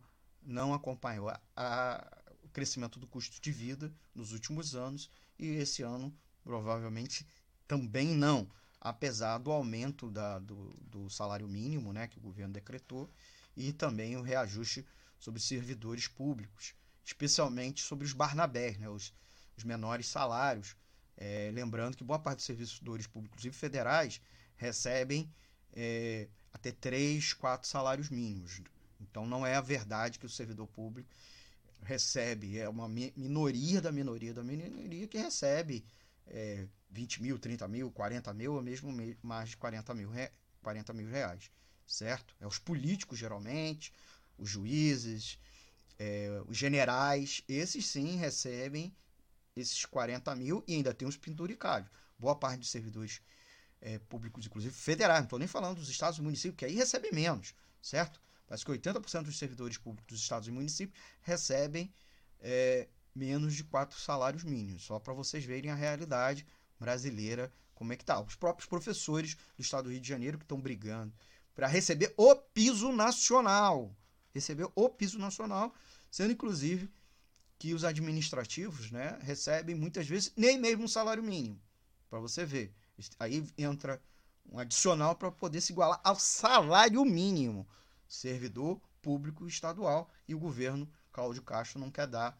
o crescimento do custo de vida nos últimos anos, e esse ano provavelmente também não, apesar do aumento do salário mínimo, né, que o governo decretou, e também o reajuste sobre servidores públicos, especialmente sobre os Barnabés, né, os menores salários, Lembrando que boa parte dos servidores públicos, inclusive federais, recebem até 3, 4 salários mínimos. Então não é a verdade que o servidor público recebe, é uma minoria da minoria que recebe 20 mil, 30 mil, 40 mil ou mesmo mais de 40 mil reais, certo? Os políticos geralmente, os juízes, os generais, esses sim recebem esses 40 mil e ainda tem os penduricários. Boa parte dos servidores públicos, inclusive federais, não estou nem falando dos estados e municípios, que aí recebem menos, certo? Parece que 80% dos servidores públicos dos estados e municípios recebem menos de 4 salários mínimos, só para vocês verem a realidade brasileira, como é que tá. Os próprios professores do estado do Rio de Janeiro que estão brigando para receber o piso nacional, sendo inclusive que os administrativos, né, recebem muitas vezes nem mesmo um salário mínimo, para você ver. Aí entra um adicional para poder se igualar ao salário mínimo, servidor público estadual, e o governo Cláudio Castro não quer dar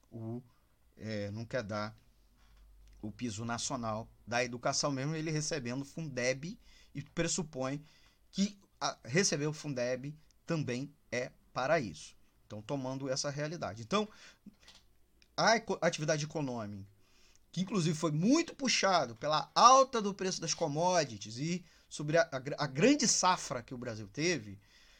o piso nacional da educação, mesmo ele recebendo Fundeb, e pressupõe que receber o Fundeb também é para isso. Então, tomando essa realidade. Então, a atividade econômica, que inclusive foi muito puxado pela alta do preço das commodities e sobre a grande safra que o Brasil teve,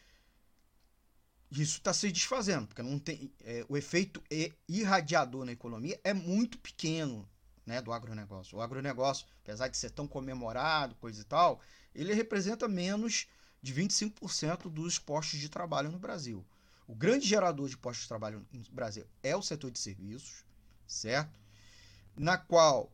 isso está se desfazendo, porque não tem, o efeito irradiador na economia é muito pequeno, né, do agronegócio. O agronegócio, apesar de ser tão comemorado, coisa e tal, ele representa menos de 25% dos postos de trabalho no Brasil. O grande gerador de postos de trabalho no Brasil é o setor de serviços, certo? Na qual,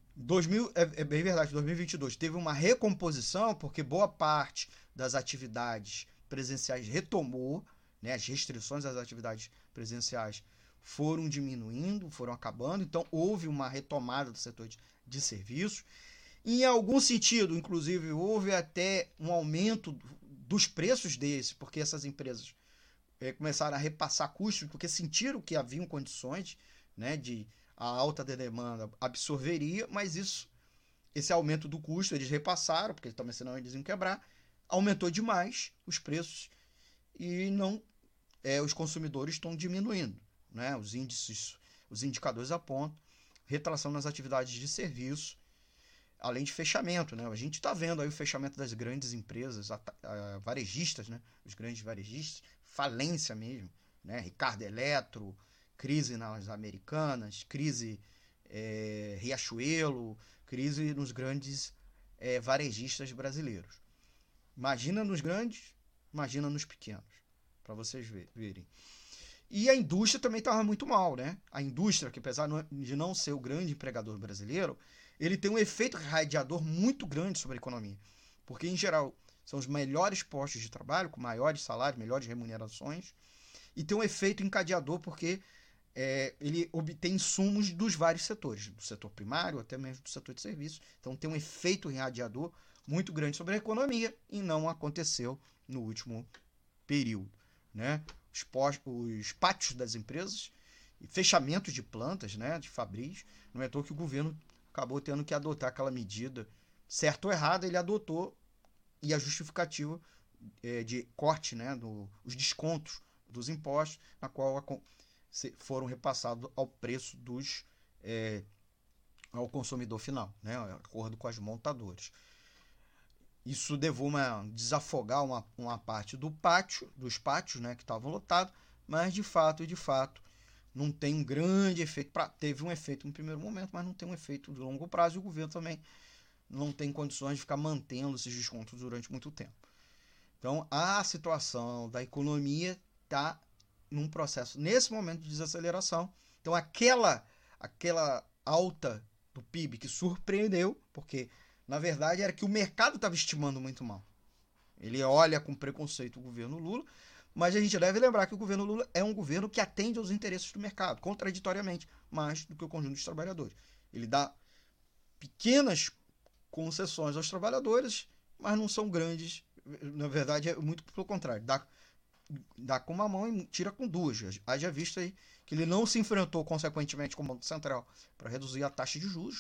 é bem verdade, 2022 teve uma recomposição, porque boa parte das atividades presenciais retomou, né, as restrições às atividades presenciais foram diminuindo, foram acabando, então houve uma retomada do setor de serviços. Em algum sentido, inclusive, houve até um aumento dos preços desse, porque essas empresas começaram a repassar custos, porque sentiram que haviam condições, né, de a alta da demanda absorveria, mas esse aumento do custo eles repassaram, porque também senão eles iam quebrar, aumentou demais os preços e não os consumidores estão diminuindo, né? Os indicadores apontam retração nas atividades de serviço, além de fechamento, né? A gente está vendo aí o fechamento das grandes empresas varejistas, né? Os grandes varejistas, falência mesmo, né? Ricardo Eletro, crise nas Americanas, crise Riachuelo, crise nos grandes varejistas brasileiros. Imagina nos grandes, imagina nos pequenos, para vocês verem. E a indústria também estava muito mal, né? A indústria, que apesar de não ser o grande empregador brasileiro, ele tem um efeito radiador muito grande sobre a economia. Porque, em geral, são os melhores postos de trabalho, com maiores salários, melhores remunerações, e tem um efeito encadeador porque ele obtém insumos dos vários setores, do setor primário até mesmo do setor de serviços. Então tem um efeito irradiador muito grande sobre a economia e não aconteceu no último período, né? Os pátios das empresas, fechamentos de plantas, né, de fabris, não é à toa que o governo acabou tendo que adotar aquela medida, certo ou errada, ele adotou, e a justificativa de corte, né, os descontos dos impostos, na qual foram repassados ao preço ao consumidor final, né, de acordo com as montadoras. Isso levou a desafogar uma parte dos pátios, né, que estavam lotados, mas de fato, não tem um grande efeito. Teve um efeito no primeiro momento, mas não tem um efeito de longo prazo, e o governo também não tem condições de ficar mantendo esses descontos durante muito tempo. Então, a situação da economia está num processo, nesse momento, de desaceleração. Então, aquela alta do PIB que surpreendeu, porque na verdade era que o mercado estava estimando muito mal. Ele olha com preconceito o governo Lula, mas a gente deve lembrar que o governo Lula é um governo que atende aos interesses do mercado, contraditoriamente, mais do que o conjunto dos trabalhadores. Ele dá pequenas concessões aos trabalhadores, mas não são grandes. Na verdade, é muito pelo contrário. Dá com uma mão e tira com duas. Haja visto aí que ele não se enfrentou, consequentemente, com o Banco Central para reduzir a taxa de juros,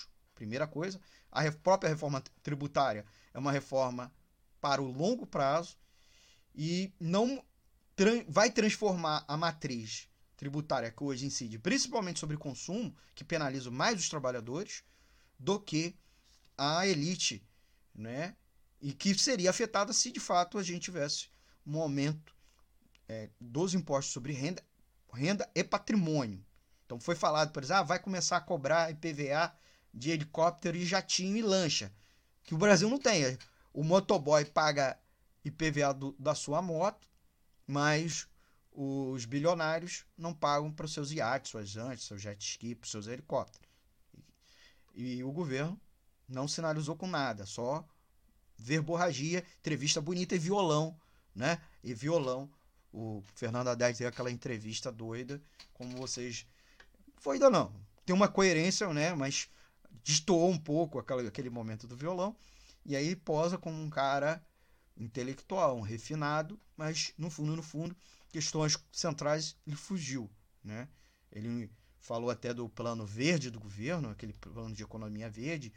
Primeira coisa, a própria reforma tributária é uma reforma para o longo prazo e não vai transformar a matriz tributária que hoje incide principalmente sobre consumo, que penaliza mais os trabalhadores, do que a elite, né? E que seria afetada se de fato a gente tivesse um aumento dos impostos sobre renda e patrimônio. Então foi falado, por exemplo, vai começar a cobrar IPVA de helicóptero e jatinho e lancha, que o Brasil não tem. O motoboy paga IPVA da sua moto, mas os bilionários não pagam para os seus iates, suas lanchas, seus jet ski, para os seus helicópteros. E o governo não sinalizou com nada, só verborragia, entrevista bonita e violão, né? E violão. O Fernando Haddad deu aquela entrevista doida, como vocês... Foi ainda não. Tem uma coerência, né? Mas destoou um pouco aquele momento do violão. E aí posa como um cara intelectual, um refinado, mas no fundo, questões centrais ele fugiu, né? Ele falou até do plano verde do governo, aquele plano de economia verde,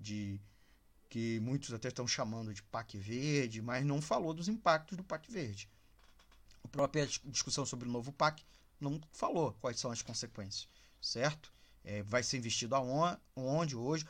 que muitos até estão chamando de PAC verde, mas não falou dos impactos do PAC verde. A própria discussão sobre o novo PAC não falou quais são as consequências, certo? Vai ser investido aonde hoje,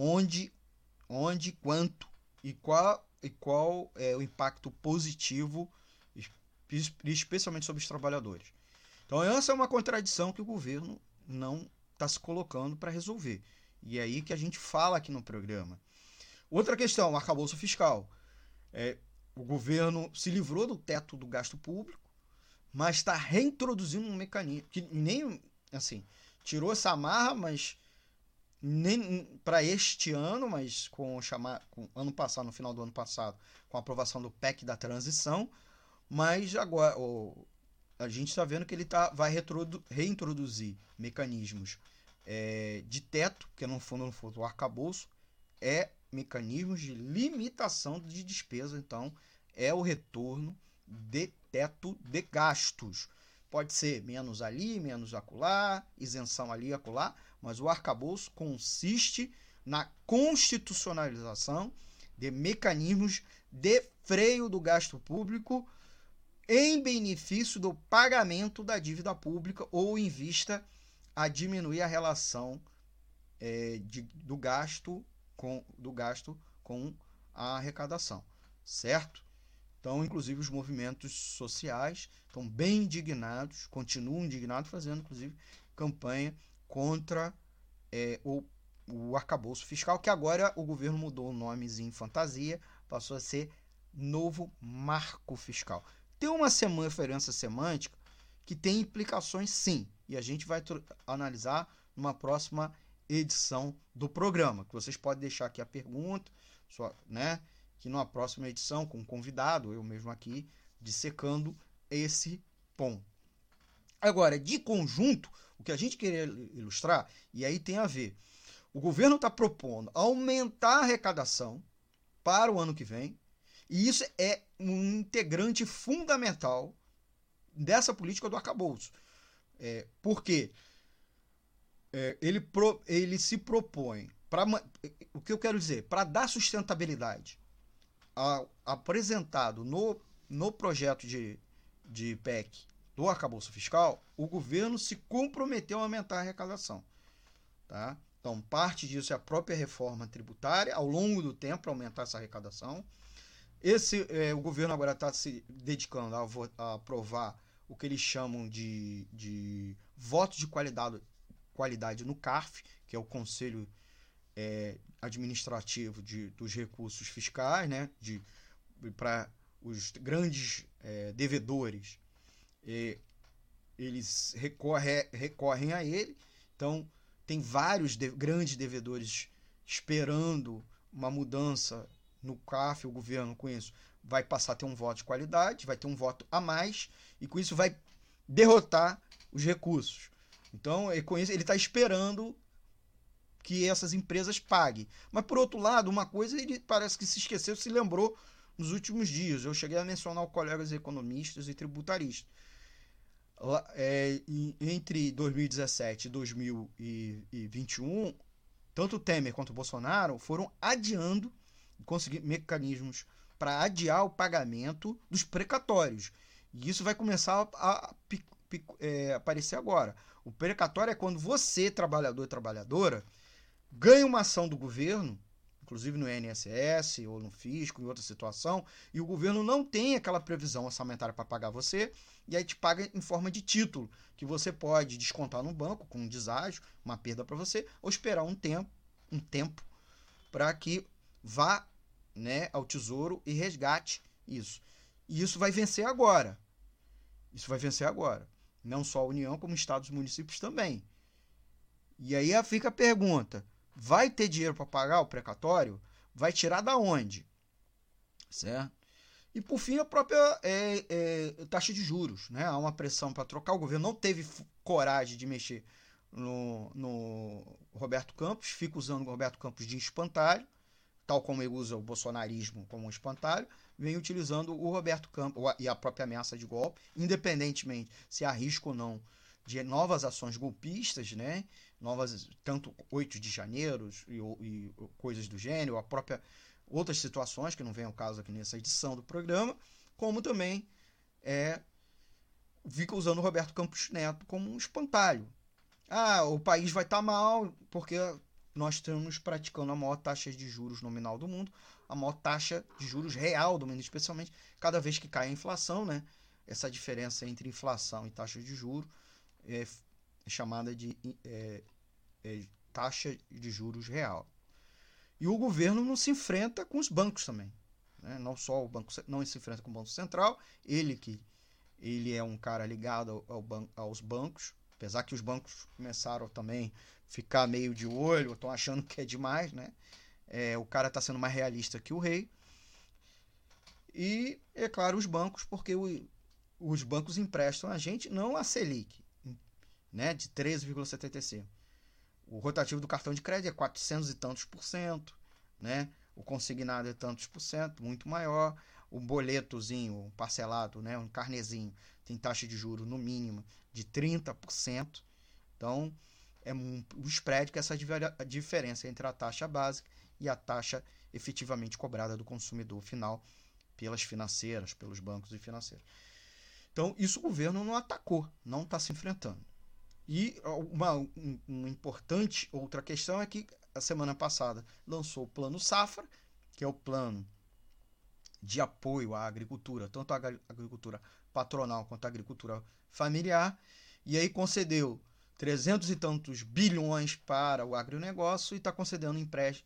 onde, quanto e qual é o impacto positivo, especialmente sobre os trabalhadores. Então essa é uma contradição que o governo não está se colocando para resolver. E é aí que a gente fala aqui no programa. Outra questão, o arcabouço fiscal. O governo se livrou do teto do gasto público, mas está reintroduzindo um mecanismo que nem, assim, tirou essa amarra, mas nem para este ano, mas com ano passado, no final do ano passado, com a aprovação do PEC da transição, mas agora a gente está vendo que ele vai reintroduzir mecanismos de teto, que no fundo o arcabouço mecanismos de limitação de despesa. Então é o retorno de teto de gastos. Pode ser menos ali, menos acolá, isenção ali e acolá, mas o arcabouço consiste na constitucionalização de mecanismos de freio do gasto público em benefício do pagamento da dívida pública ou em vista a diminuir a relação do gasto com a arrecadação, certo? Então, inclusive, os movimentos sociais estão bem indignados, continuam indignados, fazendo, inclusive, campanha contra o arcabouço fiscal, que agora o governo mudou o nomezinho fantasia, passou a ser novo marco fiscal. Tem uma diferença semântica que tem implicações, sim, e a gente vai analisar numa próxima edição do programa, que vocês podem deixar aqui a pergunta, né? Que numa próxima edição, com um convidado, eu mesmo aqui, dissecando esse ponto. Agora, de conjunto, o que a gente queria ilustrar, e aí tem a ver, o governo está propondo aumentar a arrecadação para o ano que vem, e isso é um integrante fundamental dessa política do arcabouço. Porque ele se propõe, o que eu quero dizer, para dar sustentabilidade apresentado no projeto de PEC do arcabouço fiscal, o governo se comprometeu a aumentar a arrecadação. Tá? Então, parte disso é a própria reforma tributária, ao longo do tempo, para aumentar essa arrecadação. O governo agora está se dedicando a aprovar o que eles chamam de voto de qualidade no CARF, que é o Conselho Administrativo dos Recursos Fiscais, né, para os grandes devedores, eles recorrem a ele. Então, tem vários grandes devedores esperando uma mudança no CARF. O governo, com isso, vai passar a ter um voto de qualidade, vai ter um voto a mais, e com isso vai derrotar os recursos. Então, com isso, ele está esperando que essas empresas paguem. Mas, por outro lado, uma coisa ele parece que se esqueceu, se lembrou nos últimos dias. Eu cheguei a mencionar os colegas economistas e tributaristas. Entre 2017 e 2021, tanto o Temer quanto o Bolsonaro foram adiando, conseguir mecanismos para adiar o pagamento dos precatórios. E isso vai começar a aparecer agora. O precatório é quando você, trabalhador e trabalhadora, ganha uma ação do governo, inclusive no INSS ou no fisco, em outra situação, e o governo não tem aquela previsão orçamentária para pagar você, e aí te paga em forma de título, que você pode descontar no banco com um deságio, uma perda para você, ou esperar um tempo para que vá, né, ao Tesouro e resgate isso. E isso vai vencer agora. Isso vai vencer agora. Não só a União, como estados e municípios também. E aí fica a pergunta: vai ter dinheiro para pagar o precatório? Vai tirar da onde? Certo? E por fim, a própria taxa de juros, né? Há uma pressão para trocar. O governo não teve coragem de mexer no Roberto Campos, fica usando o Roberto Campos de espantalho, tal como ele usa o bolsonarismo como um espantalho, vem utilizando o Roberto Campos e a própria ameaça de golpe, independentemente se há risco ou não de novas ações golpistas, né? Novas, tanto 8 de janeiro e coisas do gênero, a própria outras situações, que não vem ao caso aqui nessa edição do programa, como também fica usando o Roberto Campos Neto como um espantalho. O país vai estar mal porque nós estamos praticando a maior taxa de juros nominal do mundo, a maior taxa de juros real do mundo, especialmente cada vez que cai a inflação, né? Essa diferença entre inflação e taxa de juros é chamada de taxa de juros real. E o governo não se enfrenta com os bancos também, né? Não só o banco não se enfrenta com o Banco Central, ele é um cara ligado aos bancos, apesar que os bancos começaram também a ficar meio de olho, estão achando que é demais, né? O cara está sendo mais realista que o rei. E, é claro, os bancos, porque os bancos emprestam a gente, não a Selic, né, de 13,75%. O rotativo do cartão de crédito é 400 e tantos %, né? O consignado é tantos %, muito maior. O boletozinho, o parcelado, né, um carnezinho, tem taxa de juros no mínimo de 30%. Então, é o spread, que é essa diferença entre a taxa básica e a taxa efetivamente cobrada do consumidor final pelas financeiras, pelos bancos e financeiros. Então, isso o governo não atacou, não está se enfrentando. E uma importante outra questão é que a semana passada lançou o Plano Safra, que é o plano de apoio à agricultura, tanto a agricultura patronal quanto a agricultura familiar, e aí concedeu 300 e tantos bilhões para o agronegócio e está concedendo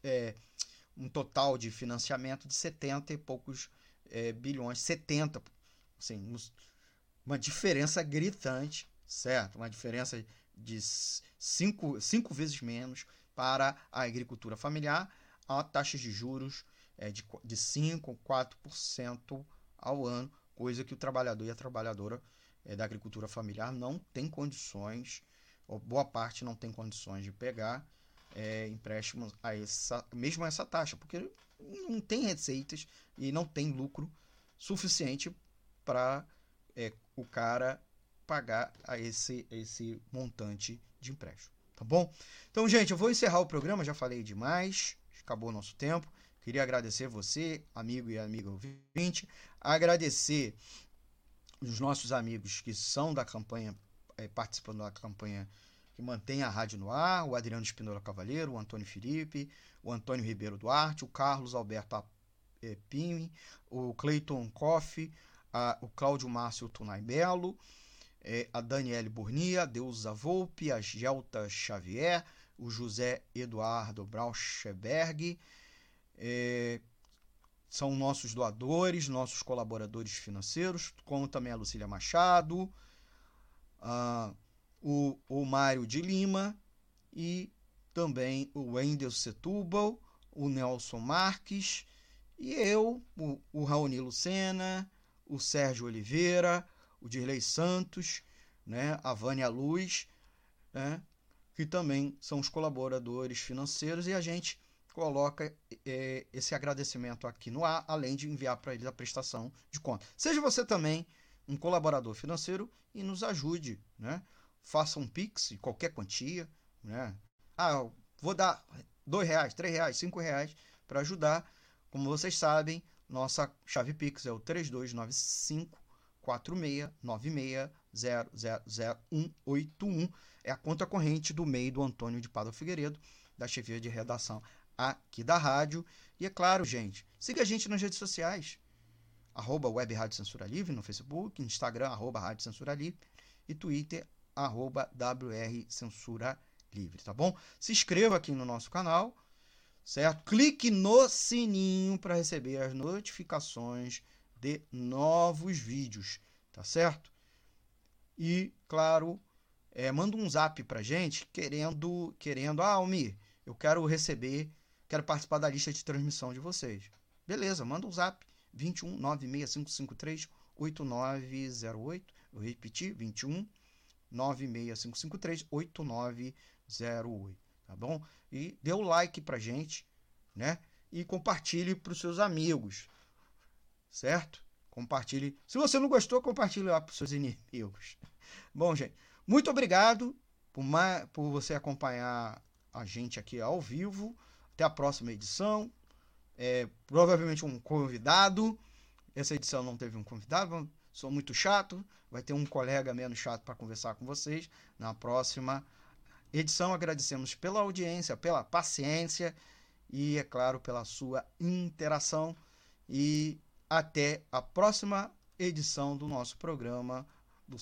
um total de financiamento de 70 e poucos bilhões, 70, assim, uma diferença gritante, certo? Uma diferença de 5 vezes menos para a agricultura familiar, a taxas de juros de 5%, 4% ao ano, coisa que o trabalhador e a trabalhadora da agricultura familiar não tem condições, ou boa parte não tem condições de pegar empréstimos mesmo a essa taxa, porque não tem receitas e não tem lucro suficiente para o cara pagar a esse montante de empréstimo, tá bom? Então, gente, eu vou encerrar o programa, já falei demais, acabou o nosso tempo. Queria agradecer você, amigo e amiga ouvinte, agradecer os nossos amigos que são da campanha, participando da campanha que mantém a rádio no ar, o Adriano Espinola Cavalheiro, o Antônio Felipe, o Antônio Ribeiro Duarte, o Carlos Alberto Pime, o Cleiton Koff, o Cláudio Márcio Tunay Belo, a Daniele Burnia, a Deusa Volpe, a Gelta Xavier, o José Eduardo Brauscheberg, são nossos doadores, nossos colaboradores financeiros, como também a Lucília Machado, o Mário de Lima e também o Wendel Setúbal, o Nelson Marques e eu, o Raoni Lucena, o Sérgio Oliveira, o Dirley Santos, né, a Vânia Luz, né, que também são os colaboradores financeiros, e a gente coloca esse agradecimento aqui no ar, além de enviar para eles a prestação de conta. Seja você também um colaborador financeiro e nos ajude, né? Faça um Pix, qualquer quantia, né? R$2, R$3, R$5 para ajudar. Como vocês sabem, nossa chave Pix é o 3295-4696-000181. É a conta corrente do MEI do Antônio de Pádua Figueiredo, da chefia de redação aqui da rádio. E é claro, gente, siga a gente nas redes sociais. @Web Rádio Censura Livre no Facebook, Instagram, @Rádio Censura Livre e Twitter, @WR Censura Livre, tá bom? Se inscreva aqui no nosso canal, certo? Clique no sininho para receber as notificações de novos vídeos, tá certo? E, claro, manda um zap pra gente querendo, Almir, eu quero participar da lista de transmissão de vocês. Beleza, manda um zap, 21 96553 8908. Eu repeti, 21 96553 8908, tá bom? E dê o like pra gente, né? E compartilhe para os seus amigos, certo? Compartilhe. Se você não gostou, compartilhe lá para os seus inimigos. Bom, gente, muito obrigado por você acompanhar a gente aqui ao vivo. Até a próxima edição. Provavelmente um convidado. Essa edição não teve um convidado. Sou muito chato. Vai ter um colega menos chato para conversar com vocês na próxima edição. Agradecemos pela audiência, pela paciência e, é claro, pela sua interação. E até a próxima edição do nosso programa, do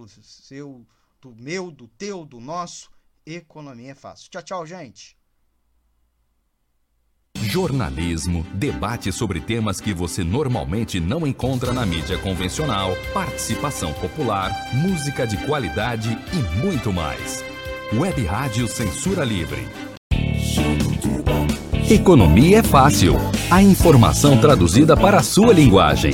meu, do teu, do nosso Economia é Fácil. Tchau, tchau, gente. Jornalismo, debate sobre temas que você normalmente não encontra na mídia convencional, participação popular, música de qualidade e muito mais. Web Rádio Censura Livre. Economia é Fácil. A informação traduzida para a sua linguagem.